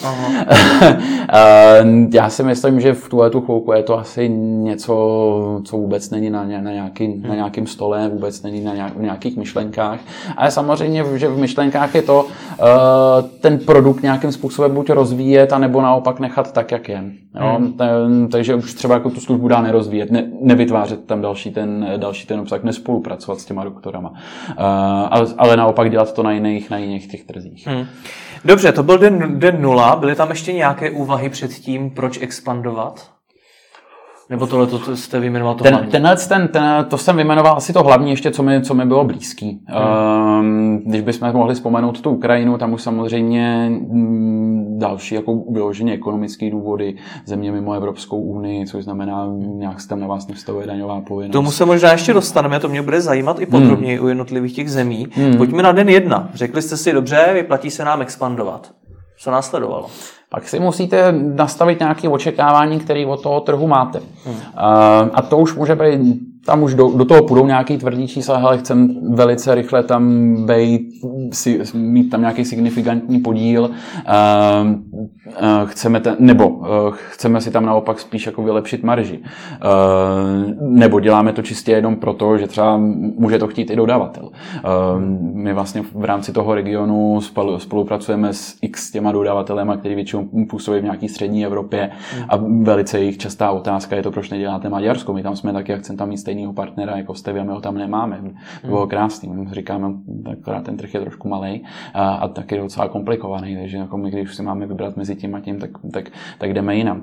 B: Já si myslím, že v tuhletu chvilku je to asi něco, co vůbec není na nějakém stole, vůbec není v nějakých myšlenkách. Ale samozřejmě, že v myšlenkách je to ten produkt nějakým způsobem buď rozvíjet, anebo naopak nechat tak, jak je. Jo? Takže už třeba jako tu službu dá nerozvíjet, nevytvářet tam další ten obsah, nespolupracovat s těma doktorama. Ale naopak dělat to na jiných těch trzích.
A: Dobře, to byl den 0. Byly tam ještě nějaké úvahy před tím, proč expandovat? Nebo tohle jste vyjmenoval to hlavní?
B: To jsem vyjmenoval asi to hlavní ještě, co mi bylo blízký. Když bychom mohli vzpomenout tu Ukrajinu, tam už samozřejmě další jako vyloženě ekonomické důvody, země mimo Evropskou unii, což znamená, nějak se tam na vás nevztahuje daňová povinnost.
A: Tomu se možná ještě dostaneme, to mě bude zajímat i podrobněji u jednotlivých těch zemí. Pojďme na den 1. Řekli jste si, dobře, vyplatí se nám expandovat. Co následovalo?
B: Pak si musíte nastavit nějaké očekávání, které od toho trhu máte. A to už může být, tam už do toho půjdou nějaký tvrdý čísla, ale chceme velice rychle tam mít tam nějaký signifikantní podíl, chceme si tam naopak spíš jako vylepšit marži. Nebo děláme to čistě jenom proto, že třeba může to chtít i dodavatel. My vlastně v rámci toho regionu spolupracujeme s x těma dodavatelema, který většinou působí v nějaké střední Evropě a velice jejich častá otázka je to, proč neděláte Maďarsko. My tam jsme taky, jak chceme tam mít stejného partnera jako jste, a my ho tam nemáme. To bylo krásný. My říkáme, akorát ten trh je trošku malej a taky docela komplikovaný, takže jako my, když si máme vybrat mezi tím a tím, tak jdeme jinam.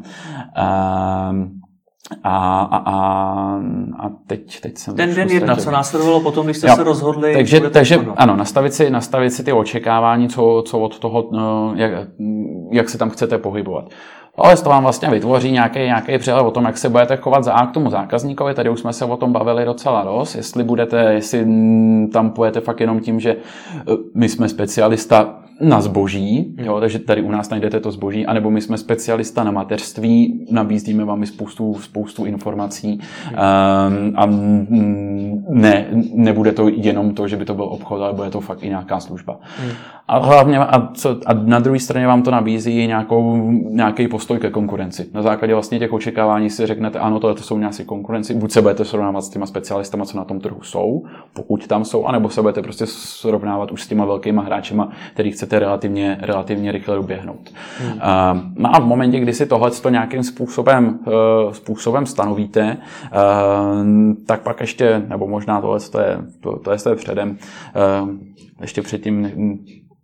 B: A teď jsem...
A: Den 1, co následovalo potom, když jste se rozhodli...
B: Takže ano, nastavit si ty očekávání, co od toho, jak se tam chcete pohybovat. Ale to vám vlastně vytvoří nějaký přehled o tom, jak se budete chovat k tomu zákazníkovi. Tady už jsme se o tom bavili docela dost. Jestli tam pojete fakt jenom tím, že my jsme specialista na zboží, jo, takže tady u nás najdete to zboží, anebo my jsme specialista na mateřství, nabízíme vám i spoustu informací a nebude to jenom to, že by to byl obchod, ale bude to fakt i nějaká služba. A hlavně, a na druhé straně vám to nabízí nějaký postoj ke konkurenci. Na základě vlastně těch očekávání si řeknete, ano, tohle jsou nějaké konkurenci, buď se budete srovnávat s těma specialistama, co na tom trhu jsou, pokud tam jsou, anebo se budete prostě srovnávat už s těma velkýma hráčema, který chcete relativně rychle doběhnout. A v momentě, kdy si tohleto nějakým způsobem stanovíte, tak pak ještě, nebo možná tohle je předem, ještě předtím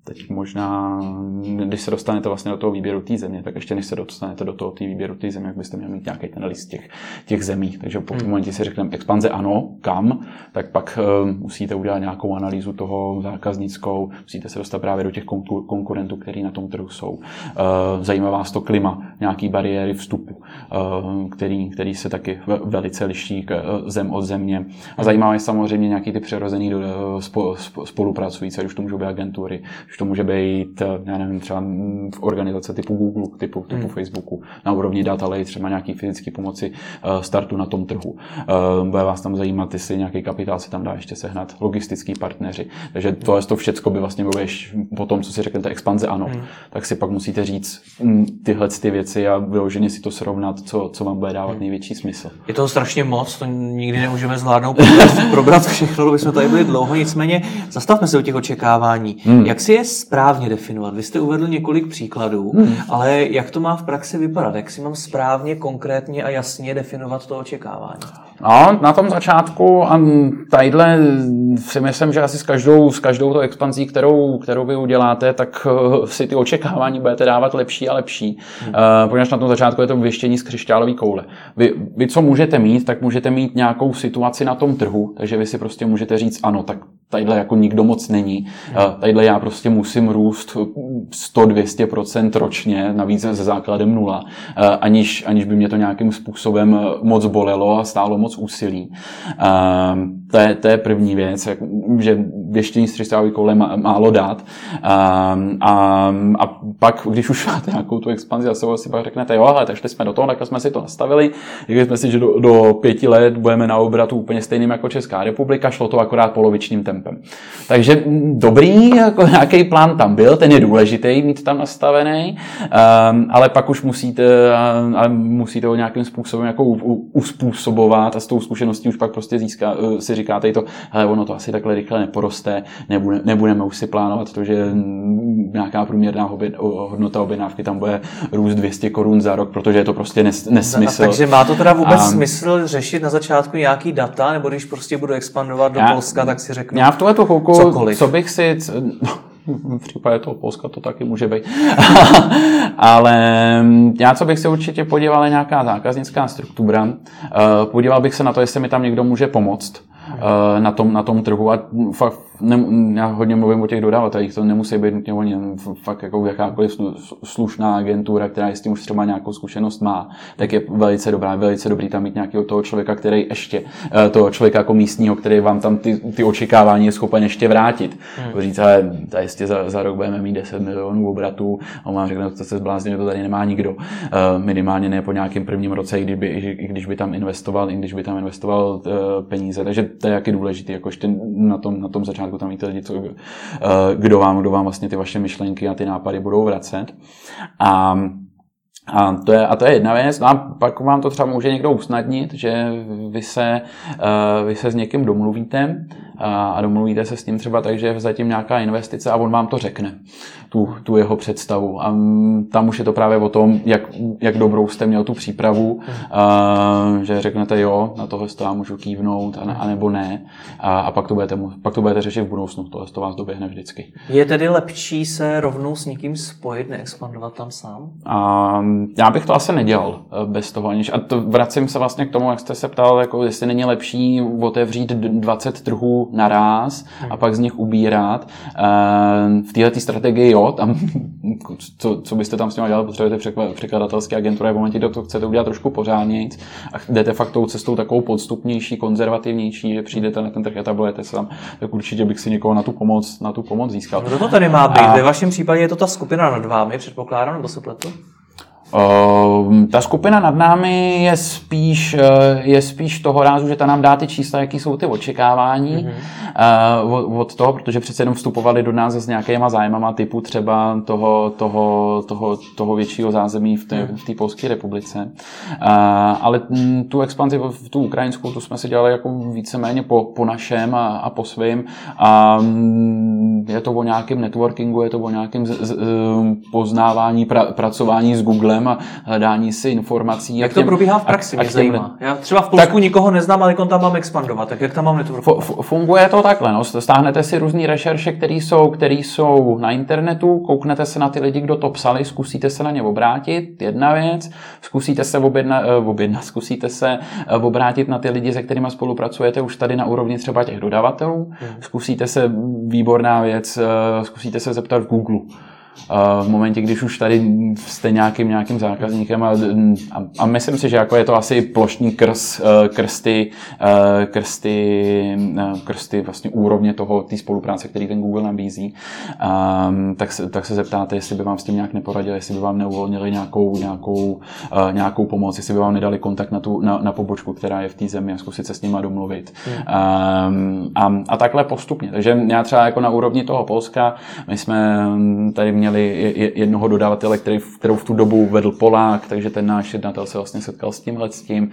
B: teď možná, když se dostanete vlastně do toho výběru té země, tak ještě než se dostanete do toho výběru té země, jak byste měli mít nějaký ten list těch zemí. Takže po tom momentě si řekneme expanze ano, kam, tak pak musíte udělat nějakou analýzu toho zákaznickou, musíte se dostat právě do těch konkurentů, který na tom trhu jsou. Zajímá vás to klima, nějaký bariéry vstupu, který se taky velice liší zem od země. A zajímá vás samozřejmě nějaký ty přirozený spolupracující, ať už to můžou být agentury, už to může být, já nevím, třeba v organizace typu Google, typu Facebooku, na úrovni data lake, třeba nějaký fyzický pomoci startu na tom trhu. Bude vás tam zajímat, jestli nějaký kapitál se tam dá ještě sehnat, logistický partneři. Takže to všecko by vlastně bylo po tom, co si řeknete expanze ano, tak si pak musíte říct tyhle ty věci a vyloženě si to srovnat, co vám bude dávat největší smysl.
A: Je toho strašně moc, to nikdy nemůžeme zvládnout probrat všechno, to bychom tady byli dlouho, nicméně zastavme se u těch očekávání. Jak si je správně definovat? Vy jste uvedl několik příkladů, ale jak to má v praxi vypadat? Jak si mám správně, konkrétně a jasně definovat to očekávání?
B: No, na tom začátku a tadyhle si myslím, že asi s každou to expanzí, kterou vy uděláte, tak si ty očekávání budete dávat lepší a lepší. Protože na tom začátku je to věštění z křišťálové koule. Vy co můžete mít, tak můžete mít nějakou situaci na tom trhu, takže vy si prostě můžete říct ano, tak tadyhle jako nikdo moc není. Tadyhle já prostě musím růst 100-200% ročně, navíc se základem 0, aniž by mě to nějakým způsobem moc bolelo a stálo moc úsilí. To je první věc, že věštění z křišťálové koule málo dát. A pak, když už máte nějakou tu expanzi, zase si pak řeknete, jo, ale tak šli jsme do toho, takhle jsme si to nastavili, řekli jsme si, že do 5 let budeme na obratu úplně stejným jako Česká republika, šlo to akorát polovičním tempem. Takže dobrý, jako nějaký plán tam byl, ten je důležitý mít tam nastavený, ale pak už musíte ho nějakým způsobem jako uspůsobovat a s tou zkušeností už pak prostě si říkáte to, hele, ono to asi takhle rychle neporoste, nebudeme už si plánovat to, že nějaká průměrná hodnota objednávky tam bude růst 200 korun za rok, protože je to prostě nesmysl.
A: Takže má to teda vůbec smysl řešit na začátku nějaký data, nebo když prostě budu expandovat do Polska, tak si řeknu
B: já v tuhletu chvilku,
A: cokoliv.
B: Co bych si... v případě toho Polska to taky může být. Ale já, co bych si určitě podíval, je nějaká zákaznická struktura. Podíval bych se na to, jestli mi tam někdo může pomoct na tom trhu. A fakt, já hodně mluvím o těch dodavatelích, to nemusí být nutně oni, fakt jako jakákoliv slušná agentura, která s tím už třeba nějakou zkušenost má, tak je velice dobrý tam mít nějakého toho člověka, který ještě, toho člověka jako místního, který vám tam ty očekávání je schopen ještě vrátit. Říct, ale jistě za rok budeme mít 10 milionů obratů a on vám řekne, to se zbláznil, to tady nemá nikdo. Minimálně ne po nějakém prvním roce, i když by tam investoval peníze. Takže to je jaký důležitý, jako ještě na tom začátku tam víte lidi, kdo vám vlastně ty vaše myšlenky a ty nápady budou vracet. A to je jedna věc. No a pak vám to třeba může někdo usnadnit, že vy se s někým domluvíte a domluvíte se s ním třeba tak, že je zatím nějaká investice a on vám to řekne, tu jeho představu. A tam už je to právě o tom, jak dobrou jste měl tu přípravu, že řeknete jo, na tohle to já můžu kývnout, a nebo ne. A pak to budete řešit v budoucnu. Tohle to vás doběhne vždycky.
A: Je tedy lepší se rovnou s někým spojit, neexpandovat tam sám?
B: Já bych to asi nedělal bez toho, a to vracím se vlastně k tomu, jak jste se ptal, jako jestli není lepší otevřít 20 trhů naráz a pak z nich ubírat. V této strategii jo, tam, co byste tam s těma dělali, potřebujete překladatelské agentury, v momentě, kdy to chcete udělat trošku pořádnějc a jdete fakt tou cestou takovou podstupnější, konzervativnější, že přijdete na ten trh, etablujete se tam, tak určitě bych si někoho na tu pomoc získal.
A: Kdo to tady má být? Ve vašem případě je to ta skupina nad vámi, předpokládám, nebo se pletu?
B: Ta skupina nad námi je spíš toho rázu, že ta nám dá ty čísla, jaký jsou ty očekávání od toho, protože přece jenom vstupovali do nás s nějakýma zájmama typu třeba toho většího zázemí v té Polské republice. Ale tu expanzi v tu ukrajinskou, tu jsme si dělali jako víceméně po našem a po svým. A je to o nějakém networkingu, je to o nějakém poznávání, pracování s Googlem, Googlem a hledání si informací.
A: Jak to probíhá v praxi, mě zajímá. Já třeba v Polsku nikoho neznám, ale tam mám expandovat, tak jak tam mám networkovat?
B: Funguje to takhle, no. Stáhnete si různý rešerše, které jsou na internetu, kouknete se na ty lidi, kdo to psali, zkusíte se na ně obrátit, jedna věc, zkusíte se obrátit na ty lidi, se kterými spolupracujete už tady na úrovni třeba těch dodavatelů, zkusíte se, výborná věc, zkusíte se zeptat v Google. V momentě, když už tady jste nějakým zákazníkem a myslím si, že jako je to asi plošný krsty vlastně úrovně té spolupráce, který ten Google nabízí, tak se zeptáte, jestli by vám s tím nějak neporadili, jestli by vám neuvolnili nějakou pomoc, jestli by vám nedali kontakt na pobočku, která je v té zemi a zkusit se s nima domluvit. A takhle postupně. Takže já třeba jako na úrovni toho Polska, my jsme tady měli jednoho dodavatele, kterou v tu dobu vedl Polák, takže ten náš jednatel se vlastně setkal s tím,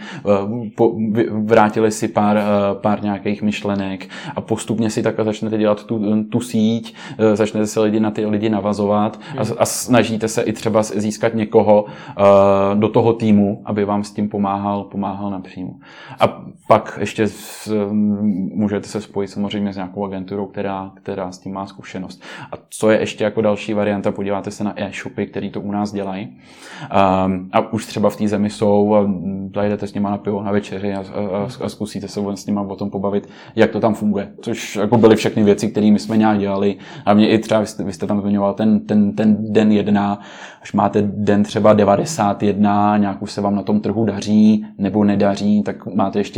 B: vrátili si pár nějakých myšlenek a postupně si takhle začnete dělat tu síť, začnete se na ty lidi navazovat a snažíte se i třeba získat někoho do toho týmu, aby vám s tím pomáhal napřímo. A pak ještě můžete se spojit samozřejmě s nějakou agenturou, která s tím má zkušenost. A co je ještě jako další varianta, podíváte se na e-shopy, který to u nás dělají. A už třeba v té zemi jsou a zajdete s nima na pivo, na večeři a zkusíte se s nima o tom pobavit, jak to tam funguje. Což jako byly všechny věci, které my jsme nějak dělali. A mě i třeba, vy jste tam zmiňoval ten den 1, až máte den třeba 91, nějak už se vám na tom trhu daří nebo nedaří, tak máte ještě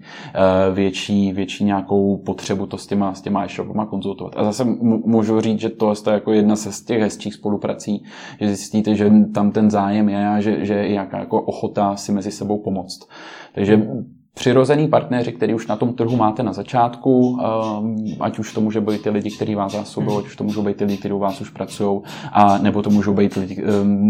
B: větší nějakou potřebu to s těma e-shopama konzultovat. A zase můžu říct, že to je jako jedna z těch hezčích spoluprací, že zjistíte, že tam ten zájem je a že je nějaká jako ochota si mezi sebou pomoct. Takže přirozený partneři, který už na tom trhu máte na začátku, ať už to může být ty lidi, kteří vás zásobují, ať už to můžou být ty lidi, kteří u vás už pracují, a nebo to můžou být lidi,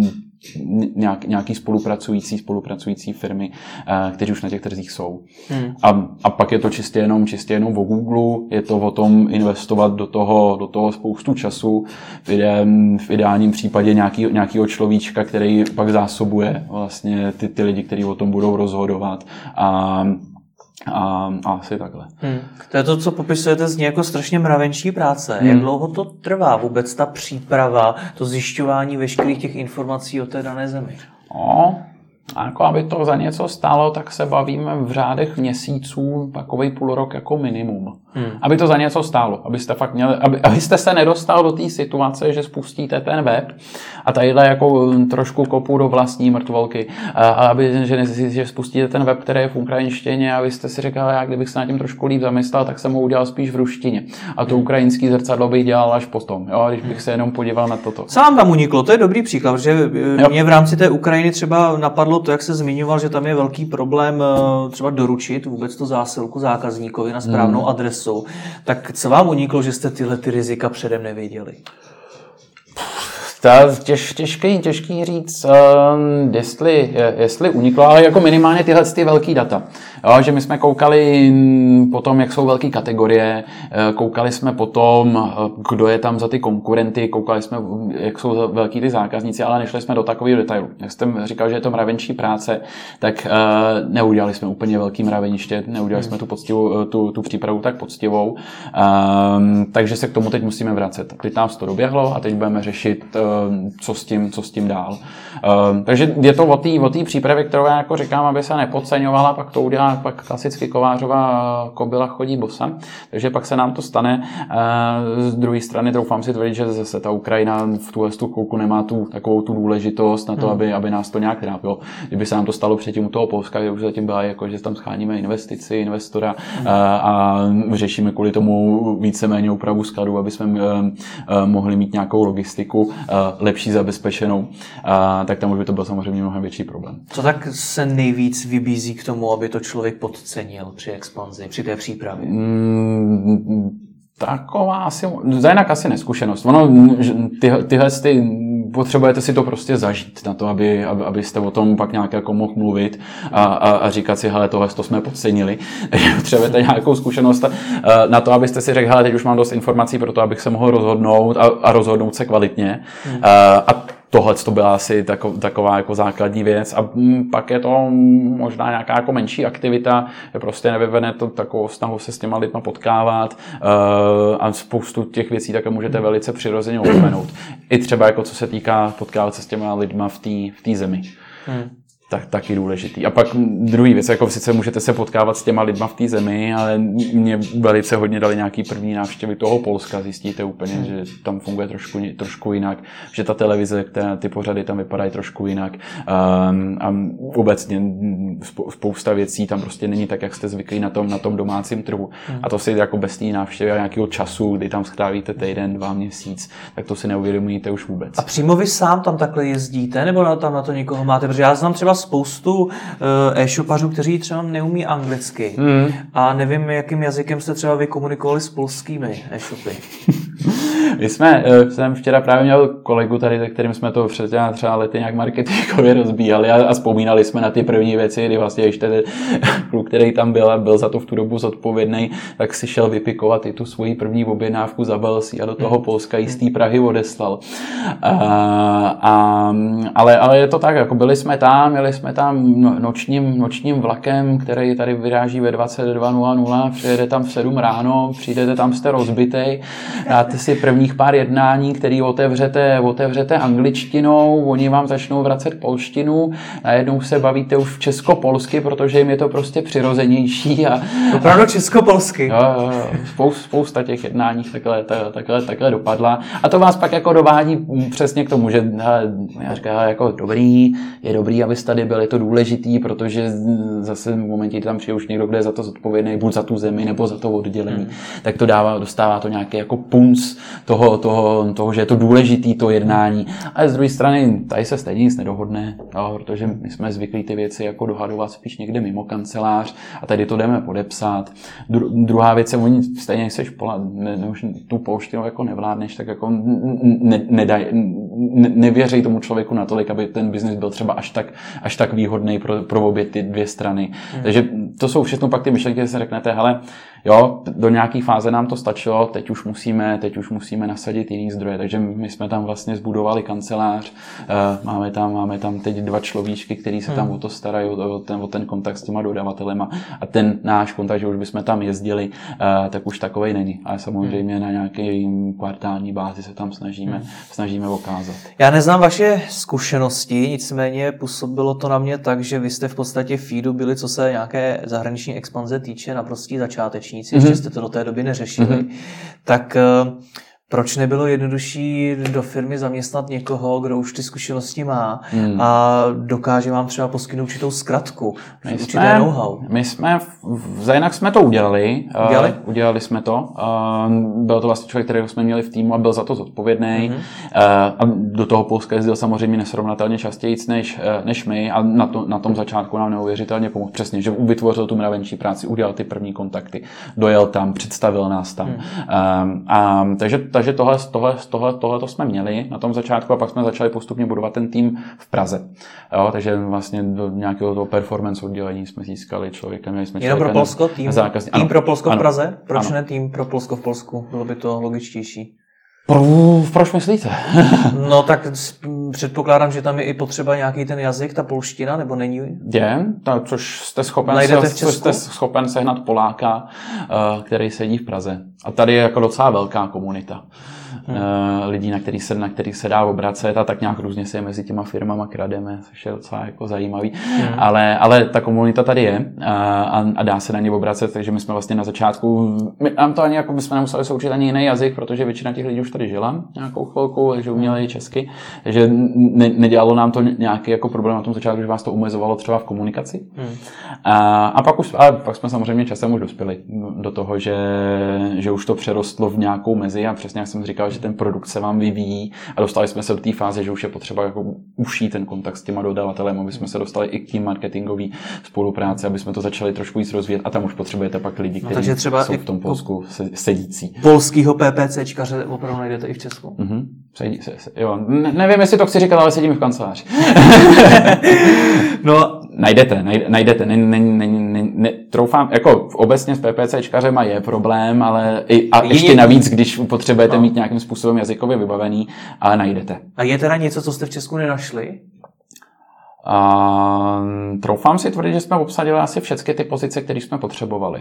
B: nějaký spolupracující firmy, kteří už na těch trzích jsou. A pak je to čistě jenom o Google, je to o tom investovat do toho spoustu času, v ideálním případě nějakýho človíčka, který pak zásobuje vlastně ty lidi, kteří o tom budou rozhodovat a asi takhle.
A: To je to, co popisujete, zní jako strašně mravenčí práce. Jak dlouho to trvá vůbec ta příprava, to zjišťování veškerých těch informací o té dané zemi?
B: A jako aby to za něco stálo, tak se bavíme v řádech měsíců, takovej půl rok jako minimum. Aby to za něco stálo, abyste fakt měli, abyste se nedostal do té situace, že spustíte ten web a tadyhle jako trošku kopu do vlastní mrtvolky, že spustíte ten web, který je v ukrajinštině, a vy jste si říkali, já kdybych se na tím trošku líp zamyslel, tak jsem ho udělal spíš v ruštině. A to ukrajinský zrcadlo bych dělal až potom, jo, když bych se jenom podíval na toto.
A: Co vám tam uniklo? To je dobrý příklad, protože mě v rámci té Ukrajiny třeba napadlo to, jak se zmiňoval, že tam je velký problém třeba doručit vůbec tu zásilku zákazníkovi na správnou adresu. Tak co vám uniklo, že jste tyhle rizika předem nevěděli?
B: Těžký říct, jestli uniklo, ale jako minimálně tyhle velký data. Jo, že my jsme koukali po tom, jak jsou velké kategorie, koukali jsme po tom, kdo je tam za ty konkurenty, koukali jsme, jak jsou velký ty zákazníci, ale nešli jsme do takového detailu. Jak jsem říkal, že je to mravenčí práce, tak neudělali jsme úplně velký mraveniště, neudělali jsme tu přípravu tak poctivou, takže se k tomu teď musíme vracet. Teď nám to doběhlo a teď budeme řešit, co s tím dál. Takže je to o té přípravě, kterou já jako říkám, aby se nepodceňovala, pak to udělá, pak klasicky kovářová kobyla chodí bosa, takže pak se nám to stane. Z druhé strany troufám si tvrdit, že zase ta Ukrajina v tuhle chvilku nemá takovou tu důležitost na to, aby nás to nějak trápilo. Kdyby se nám to stalo předtím u toho Polska, kde už zatím byla, jako, že tam scháníme investora a řešíme kvůli tomu víceméně úpravu skladu, aby jsme mohli mít nějakou logistiku lepší zabezpečenou, tak tam už by to byl samozřejmě mnohem větší problém.
A: Co tak se nejvíc vybízí k tomu, aby to člověk podcenil při expanzi, při té přípravě?
B: Taková jinak asi neskušenost. Tyhle potřebujete si to prostě zažít na to, abyste o tom pak nějak jako mohl mluvit a říkat si, hele, tohle jsme podcenili. Potřebujete nějakou zkušenost na to, abyste si řekli, hele, teď už mám dost informací pro to, abych se mohl rozhodnout a rozhodnout se kvalitně. A tohle to byla asi taková jako základní věc a pak je to možná nějaká jako menší aktivita, že prostě nevyvene to takovou snahu se s těma lidma potkávat a spoustu těch věcí také můžete velice přirozeně opomenout. I třeba jako co se týká potkávat se s těma lidma v té zemi. Tak taky důležitý. A pak druhý věc, jako sice můžete se potkávat s těma lidma v té zemi, ale mě velice hodně dali nějaký první návštěvy toho Polska. Zjistíte úplně, že tam funguje trošku jinak, že ta televize, ty pořady tam vypadají trošku jinak. A obecně spousta věcí tam prostě není tak, jak jste zvyklí na tom domácím trhu. A to si jako bez té návštěvy a nějakého času, kdy tam strávíte týden, 2 měsíc, tak to si neuvědomíte už vůbec.
A: A přímo vy sám tam takhle jezdíte, nebo tam na to někoho máte? Protože já znám třeba spoustu e-shopařů, kteří třeba neumí anglicky a nevím, jakým jazykem jste třeba vy komunikovali s polskými e-shopy.
B: Jsem včera právě měl kolegu tady, se kterým jsme to před třeba lety nějak marketingově rozbíhali a vzpomínali jsme na ty první věci, kdy vlastně ještě kluk, který tam byl za to v tu dobu zodpovědný, tak si šel vypikovat i tu svoji první objednávku, zabal si a do toho Polska jí z té Prahy odeslal. Ale je to tak, jako byli jsme tam nočním vlakem, který tady vyráží ve 22:00, přijede tam v 7 ráno, přijdete tam, jste rozbitej, dáte si prvních pár jednání, který otevřete angličtinou, oni vám začnou vracet polštinu, najednou se bavíte už česko-polsky, protože jim je to prostě přirozenější.
A: Opravdu česko-polsky.
B: Jo, spousta těch jednání takhle dopadla. A to vás pak jako dovádí přesně k tomu, že já říkám, jako je dobrý, abyste tady byli, to důležitý, protože zase v momentě, kdy tam přijde už někdo, kdo je za to zodpovědný, buď za tu zemi, nebo za to oddělení, tak to dostává to nějaký jako punc toho, že je to důležitý, to jednání. Ale z druhé strany, tady se stejně nic nedohodne, protože my jsme zvyklí ty věci jako dohadovat spíš někde mimo kancelář a tady to jdeme podepsat. Druhá věc je, oni stejně chceš už tu polštinu jako nevládneš, tak jako nevěří tomu člověku natolik, aby ten biznis byl třeba až tak výhodný pro obě ty dvě strany. Takže to jsou všechno pak ty myšlenky, že se řeknete, hele, jo, do nějaký fáze nám to stačilo, teď už musíme nasadit jiný zdroje. Takže my jsme tam vlastně zbudovali kancelář, máme tam teď 2 človíčky, který se tam o to starají, o ten kontakt s těma dodavatelema a ten náš kontakt, že už bychom tam jezdili, tak už takovej není. Ale samozřejmě na nějaké kvartální bázi se tam snažíme ukázat.
A: Já neznám vaše zkušenosti, nicméně působilo to na mě tak, že vy jste v podstatě v feedu byli, co se nějaké zahraniční expanze týče, naprostí začátečníci, ještě jste to do té doby neřešili. Tak proč nebylo jednodušší do firmy zaměstnat někoho, kdo už ty zkušenosti má a dokáže vám třeba poskytnout určitou zkratku, určité know-how?
B: My jsme v Zajinak jsme to udělali. Udělali jsme to. Byl to vlastně člověk, kterého jsme měli v týmu a byl za to zodpovědný. A do toho Polska jezdil samozřejmě nesrovnatelně častěji než my a na tom začátku nám neuvěřitelně pomohl. Přesně, že vytvořil tu mravenčí práci, udělal ty první kontakty, dojel tam, představil nás tam. Takže tohle to jsme měli na tom začátku a pak jsme začali postupně budovat ten tým v Praze. Jo, takže vlastně do nějakého toho performance oddělení jsme získali člověka.
A: Jenom pro Polsko? Tým pro Polsko v Praze? Proč ne tým pro Polsko v Polsku? Bylo by to logičtější.
B: Proč myslíte?
A: No tak předpokládám, že tam je i potřeba nějaký ten jazyk, ta polština, nebo není?
B: Je, což jste schopen sehnat Poláka, který sedí v Praze. A tady je jako docela velká komunita lidí, na kterých se dá obracet a tak nějak různě se mezi těma firmama krademe, což je docela jako zajímavý. Ale ta komunita tady je a dá se na ně obracet, takže my jsme vlastně na začátku, nám to ani jako bychom nemuseli součit ani jiný jazyk, protože většina těch lidí už tady žila nějakou chvilku, takže uměli i česky, takže nedělalo nám to nějaký jako problém na tom začátku, že vás to omezovalo třeba v komunikaci. A pak jsme samozřejmě časem už dospěli do toho, že už to přerostlo v nějakou mezi a přesně jak jsem říkal, že ten produkt se vám vyvíjí a dostali jsme se do té fáze, že už je potřeba jako užít ten kontakt s těma dodavatelem, aby jsme se dostali i k tím marketingový spolupráci, aby jsme to začali trošku víc rozvíjet a tam už potřebujete pak lidi, kteří jsou v tom Polsku sedící.
A: Polskýho PPCčkaře opravdu najdete i v Česku.
B: Jo, nevím, jestli to chci říkat, ale sedím v kanceláři.
A: No,
B: najdete. troufám, jako obecně s PPCčkařema je problém, ale ještě navíc, když potřebujete mít nějakým způsobem jazykově vybavený, ale najdete.
A: A je teda něco, co jste v Česku nenašli?
B: Troufám si tvrdit, že jsme obsadili asi všechny ty pozice, které jsme potřebovali.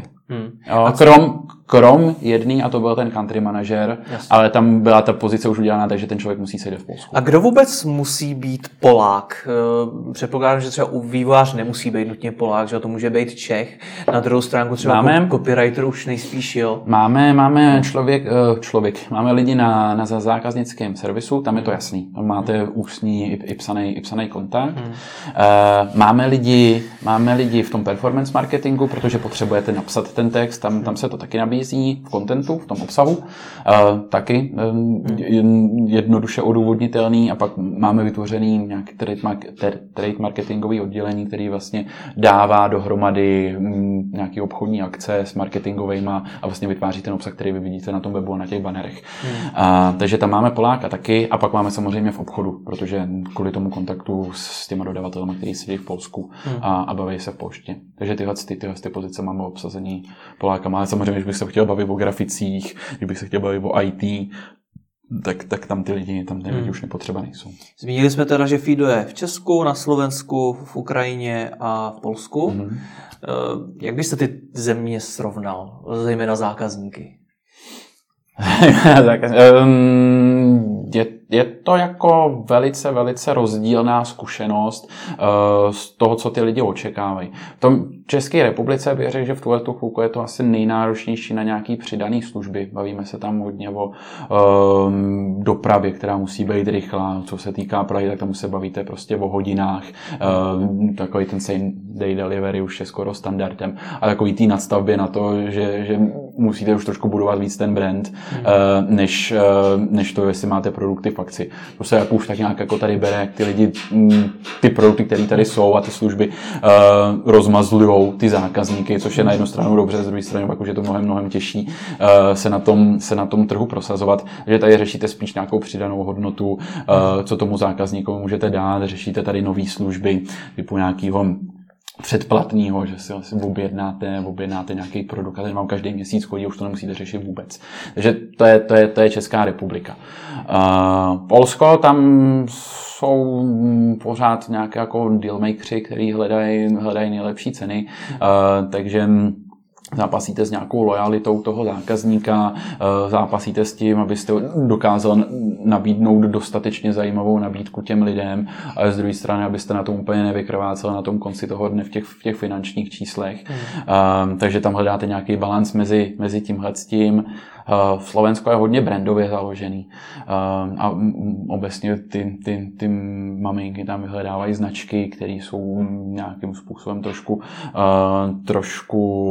B: Krom jedný, a to byl ten country manažer, ale tam byla ta pozice už udělaná, takže ten člověk musí sedět v Polsku.
A: A kdo vůbec musí být Polák? Předpokládám, že třeba vývojář nemusí být nutně Polák, že to může být Čech. Na druhou stránku třeba copywriter už nejspíš, jo?
B: Máme máme lidi na zákaznickém servisu, tam je to jasný. Tam máte ústní i psaný kontakt. Máme lidi v tom performance marketingu, protože potřebujete napsat ten text, tam se to taky nabízí v contentu, v tom obsahu, taky jednoduše odůvodnitelný, a pak máme vytvořený nějaký trade marketingový oddělení, který vlastně dává dohromady nějaký obchodní akce s marketingovejma a vlastně vytváří ten obsah, který vy vidíte na tom webu a na těch banerech. Takže tam máme Poláka taky, a pak máme samozřejmě v obchodu, protože kvůli tomu kontaktu s těma dodavatelmi, který sedí v Polsku a baví se v polštině. Takže tyhle pozice máme obsazení Polákama. Ale samozřejmě, když bych se chtěl bavit o graficích, když bych se chtěl bavit o IT, tak tam ty lidi už nepotřeba nejsou.
A: Zmínili jsme teda, že Fido je v Česku, na Slovensku, v Ukrajině a v Polsku. Jak byste ty země srovnal, zejména zákazníky?
B: Je to jako velice, velice rozdílná zkušenost z toho, co ty lidi očekávají. V tom České republice bych řekl, že v tuhletu chvilku je to asi nejnáročnější na nějaký přidaný služby. Bavíme se tam hodně o dopravě, která musí být rychlá. Co se týká Prahy, tak tam se bavíte prostě o hodinách. Takový ten same day delivery už je skoro standardem. A takový tý nadstavbě na to, že musíte už trošku budovat víc ten brand, než to, jestli máte produkty v akci. To se jako už tak nějak jako tady bere, ty lidi, ty produkty, které tady jsou a ty služby rozmazlujou ty zákazníky, což je na jednu stranu dobře, z druhé strany jako, že to mnohem těžší se na tom trhu prosazovat, že tady řešíte spíš nějakou přidanou hodnotu, co tomu zákazníkovi můžete dát, řešíte tady nové služby, typu nějakého předplatného, že si asi objednáte nějaký produkt a ten vám každý měsíc chodí, už to nemusíte řešit vůbec. Takže to je Česká republika. Polsko, tam jsou pořád nějaké jako dealmakeri, kteří hledají nejlepší ceny, takže zápasíte s nějakou lojalitou toho zákazníka, zápasíte s tím, abyste dokázal nabídnout dostatečně zajímavou nabídku těm lidem, ale z druhé strany, abyste na tom úplně nevykrvácel na tom konci toho dne v těch finančních číslech. Takže tam hledáte nějaký balans mezi tímhletím. Slovensko je hodně brandově založený a obecně ty maminky tam vyhledávají značky, které jsou nějakým způsobem trošku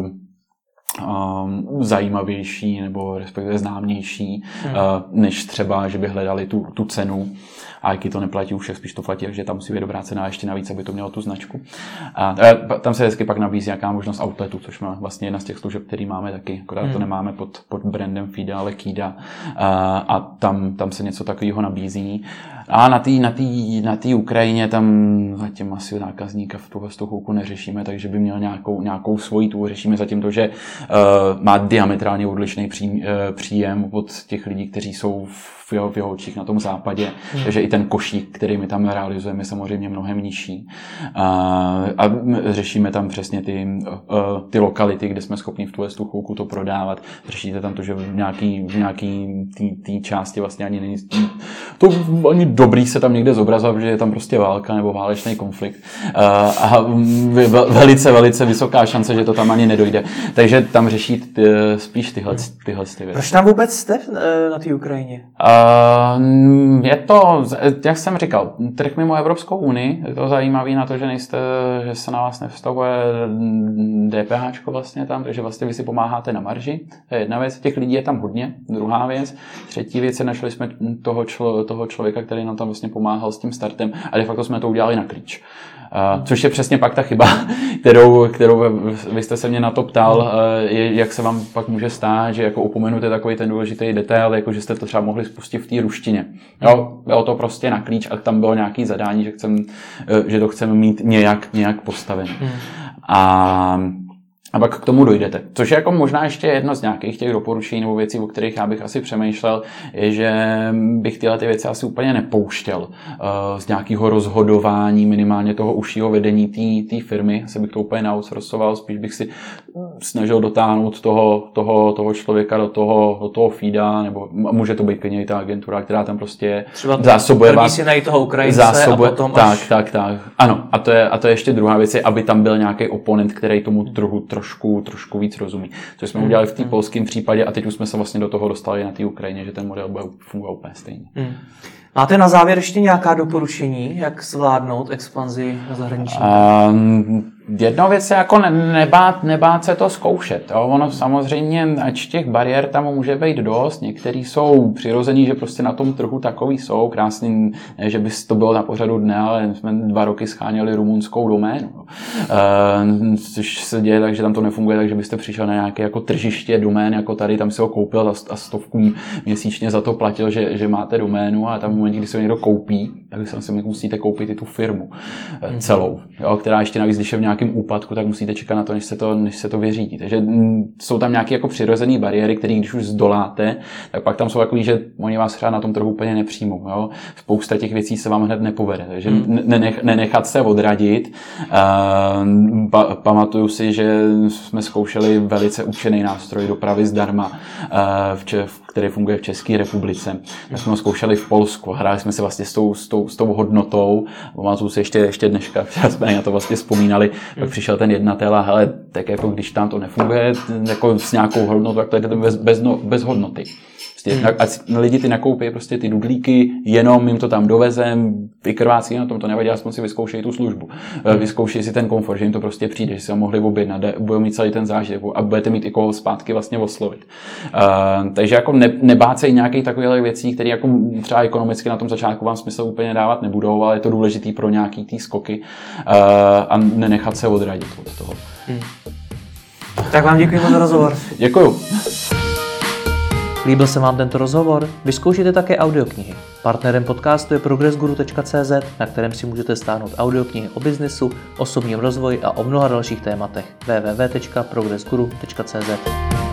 B: zajímavější nebo respektive známější, než třeba, že by hledali tu cenu. A jaký to neplatí, už je spíš to platí, že tam musí být dobrá cena a ještě navíc, aby to mělo tu značku. A tam se hezky pak nabízí nějaká možnost outletu, což má vlastně jedna z těch služeb, který máme taky, akorát to nemáme pod brandem Fida, ale Kida. A tam se něco takového nabízí. A na té Ukrajině tam zatím asi zákazníka v tuhle chvilku neřešíme, takže by měl nějakou svoji tu. Řešíme zatím to, že má diametrálně odlišný příjem od těch lidí, kteří jsou v jeho očích na tom západě, takže i ten košík, který my tam realizujeme, je samozřejmě mnohem nižší. A řešíme tam přesně ty lokality, kde jsme schopni v tuhle chvilku to prodávat. Řešíte tam to, že v nějaký té části vlastně ani není to ani dobrý se tam někde zobrazovat, že je tam prostě válka nebo válečný konflikt. A velice, velice vysoká šance, že to tam ani nedojde. Takže tam řeší spíš tyhle věci.
A: Proč tam vůbec jste na té Ukrajině?
B: Je to, jak jsem říkal, trh mimo Evropskou unii. Je to zajímavé na to, že se na vás nevztahuje DPH vlastně tam, takže vlastně vy si pomáháte na marži. To je jedna věc, těch lidí je tam hodně. Druhá věc. Třetí věc, našli jsme toho člověka, který nám tam vlastně pomáhal s tím startem a de facto jsme to udělali na klíč. Což je přesně pak ta chyba, kterou vy jste se mě na to ptal, jak se vám pak může stát, že jako opomenujete takový ten důležitý detail, jako že jste to třeba mohli spustit v té ruštině. Jo, bylo to prostě na klíč a tam bylo nějaký zadání, že to chceme mít nějak postavené. A pak k tomu dojdete. Což je jako možná ještě jedno z nějakých těch doporučení nebo věcí, o kterých já bych asi přemýšlel, je, že bych tyhle ty věci asi úplně nepouštěl z nějakého rozhodování, minimálně toho užšího vedení té firmy. Asi bych to úplně neoutsourcoval, spíš bych si snažil dotáhnout toho člověka do toho feeda, nebo může to být klidně i ta agentura, která tam prostě je.
A: Třeba
B: zásobuje vás.
A: si najít toho Ukrajince a potom
B: tak. Ano, a to je ještě druhá věc, aby tam byl nějaký oponent, který tomu trhu trošku víc rozumí. Což jsme udělali v té polském případě a teď už jsme se vlastně do toho dostali na té Ukrajině, že ten model bude fungovat úplně stejně.
A: Máte na závěr ještě nějaká doporučení, jak zvládnout expanzi na zahraničí?
B: Jedna věc je jako nebát se to zkoušet. Jo? Ono samozřejmě, ač těch bariér tam může být dost, některý jsou přirozený, že prostě na tom trhu takový jsou, krásný, ne, že by to bylo na pořadu dne, ale jsme 2 roky scháněli rumunskou doménu. Což se děje tak, že tam to nefunguje, takže byste přišel na nějaké jako tržiště domén, jako tady, tam si ho koupil a 100 měsíčně za to platil, že máte doménu, a tam v momentě, kdy si ho někdo koupí, tak si musíte koupit i tu firmu celou, jo? Která ještě navíc, když je v nějakém úpadku, tak musíte čekat na to, než se to vyřídí. Takže jsou tam nějaké jako přirozené bariéry, které když už zdoláte, tak pak tam jsou takový, že oni vás třeba na tom trhu úplně nepřijmou. Jo? Spousta těch věcí se vám hned nepovede. Takže nenechat se odradit. Pamatuju si, že jsme zkoušeli velice účinný nástroj dopravy zdarma, který funguje v České republice. Tak jsme ho zkoušeli v Polsku. Hráli jsme si vlastně s tou hodnotou. Pamatuju si ještě dneška, jsme na to vlastně vzpomínali. Pak přišel ten jednatel a hele, tak jako když tam to nefunguje jako s nějakou hodnotou, tak to je bez hodnoty. Ať lidi ty nakoupí prostě ty dudlíky, jenom jim to tam dovezem, vykrvácí na tom, to nevadí, aspoň si vyzkoušejí tu službu. Vyzkoušejí si ten komfort, že jim to prostě přijde, že si ho mohli objednat, budou mít celý ten zážitek a budete mít i koho zpátky vlastně oslovit. Takže jako nebát se i nějakých takových věcí, které jako třeba ekonomicky na tom začátku vám smysl úplně dávat nebudou, ale je to důležitý pro nějaký ty skoky a nenechat se odradit od toho.
A: Tak vám děkuji za rozhovor.
B: Děkuju.
A: Líbil se vám tento rozhovor? Vyzkoušejte také audioknihy. Partnerem podcastu je progressguru.cz, na kterém si můžete stáhnout audioknihy o biznesu, osobním rozvoji a o mnoha dalších tématech. www.progressguru.cz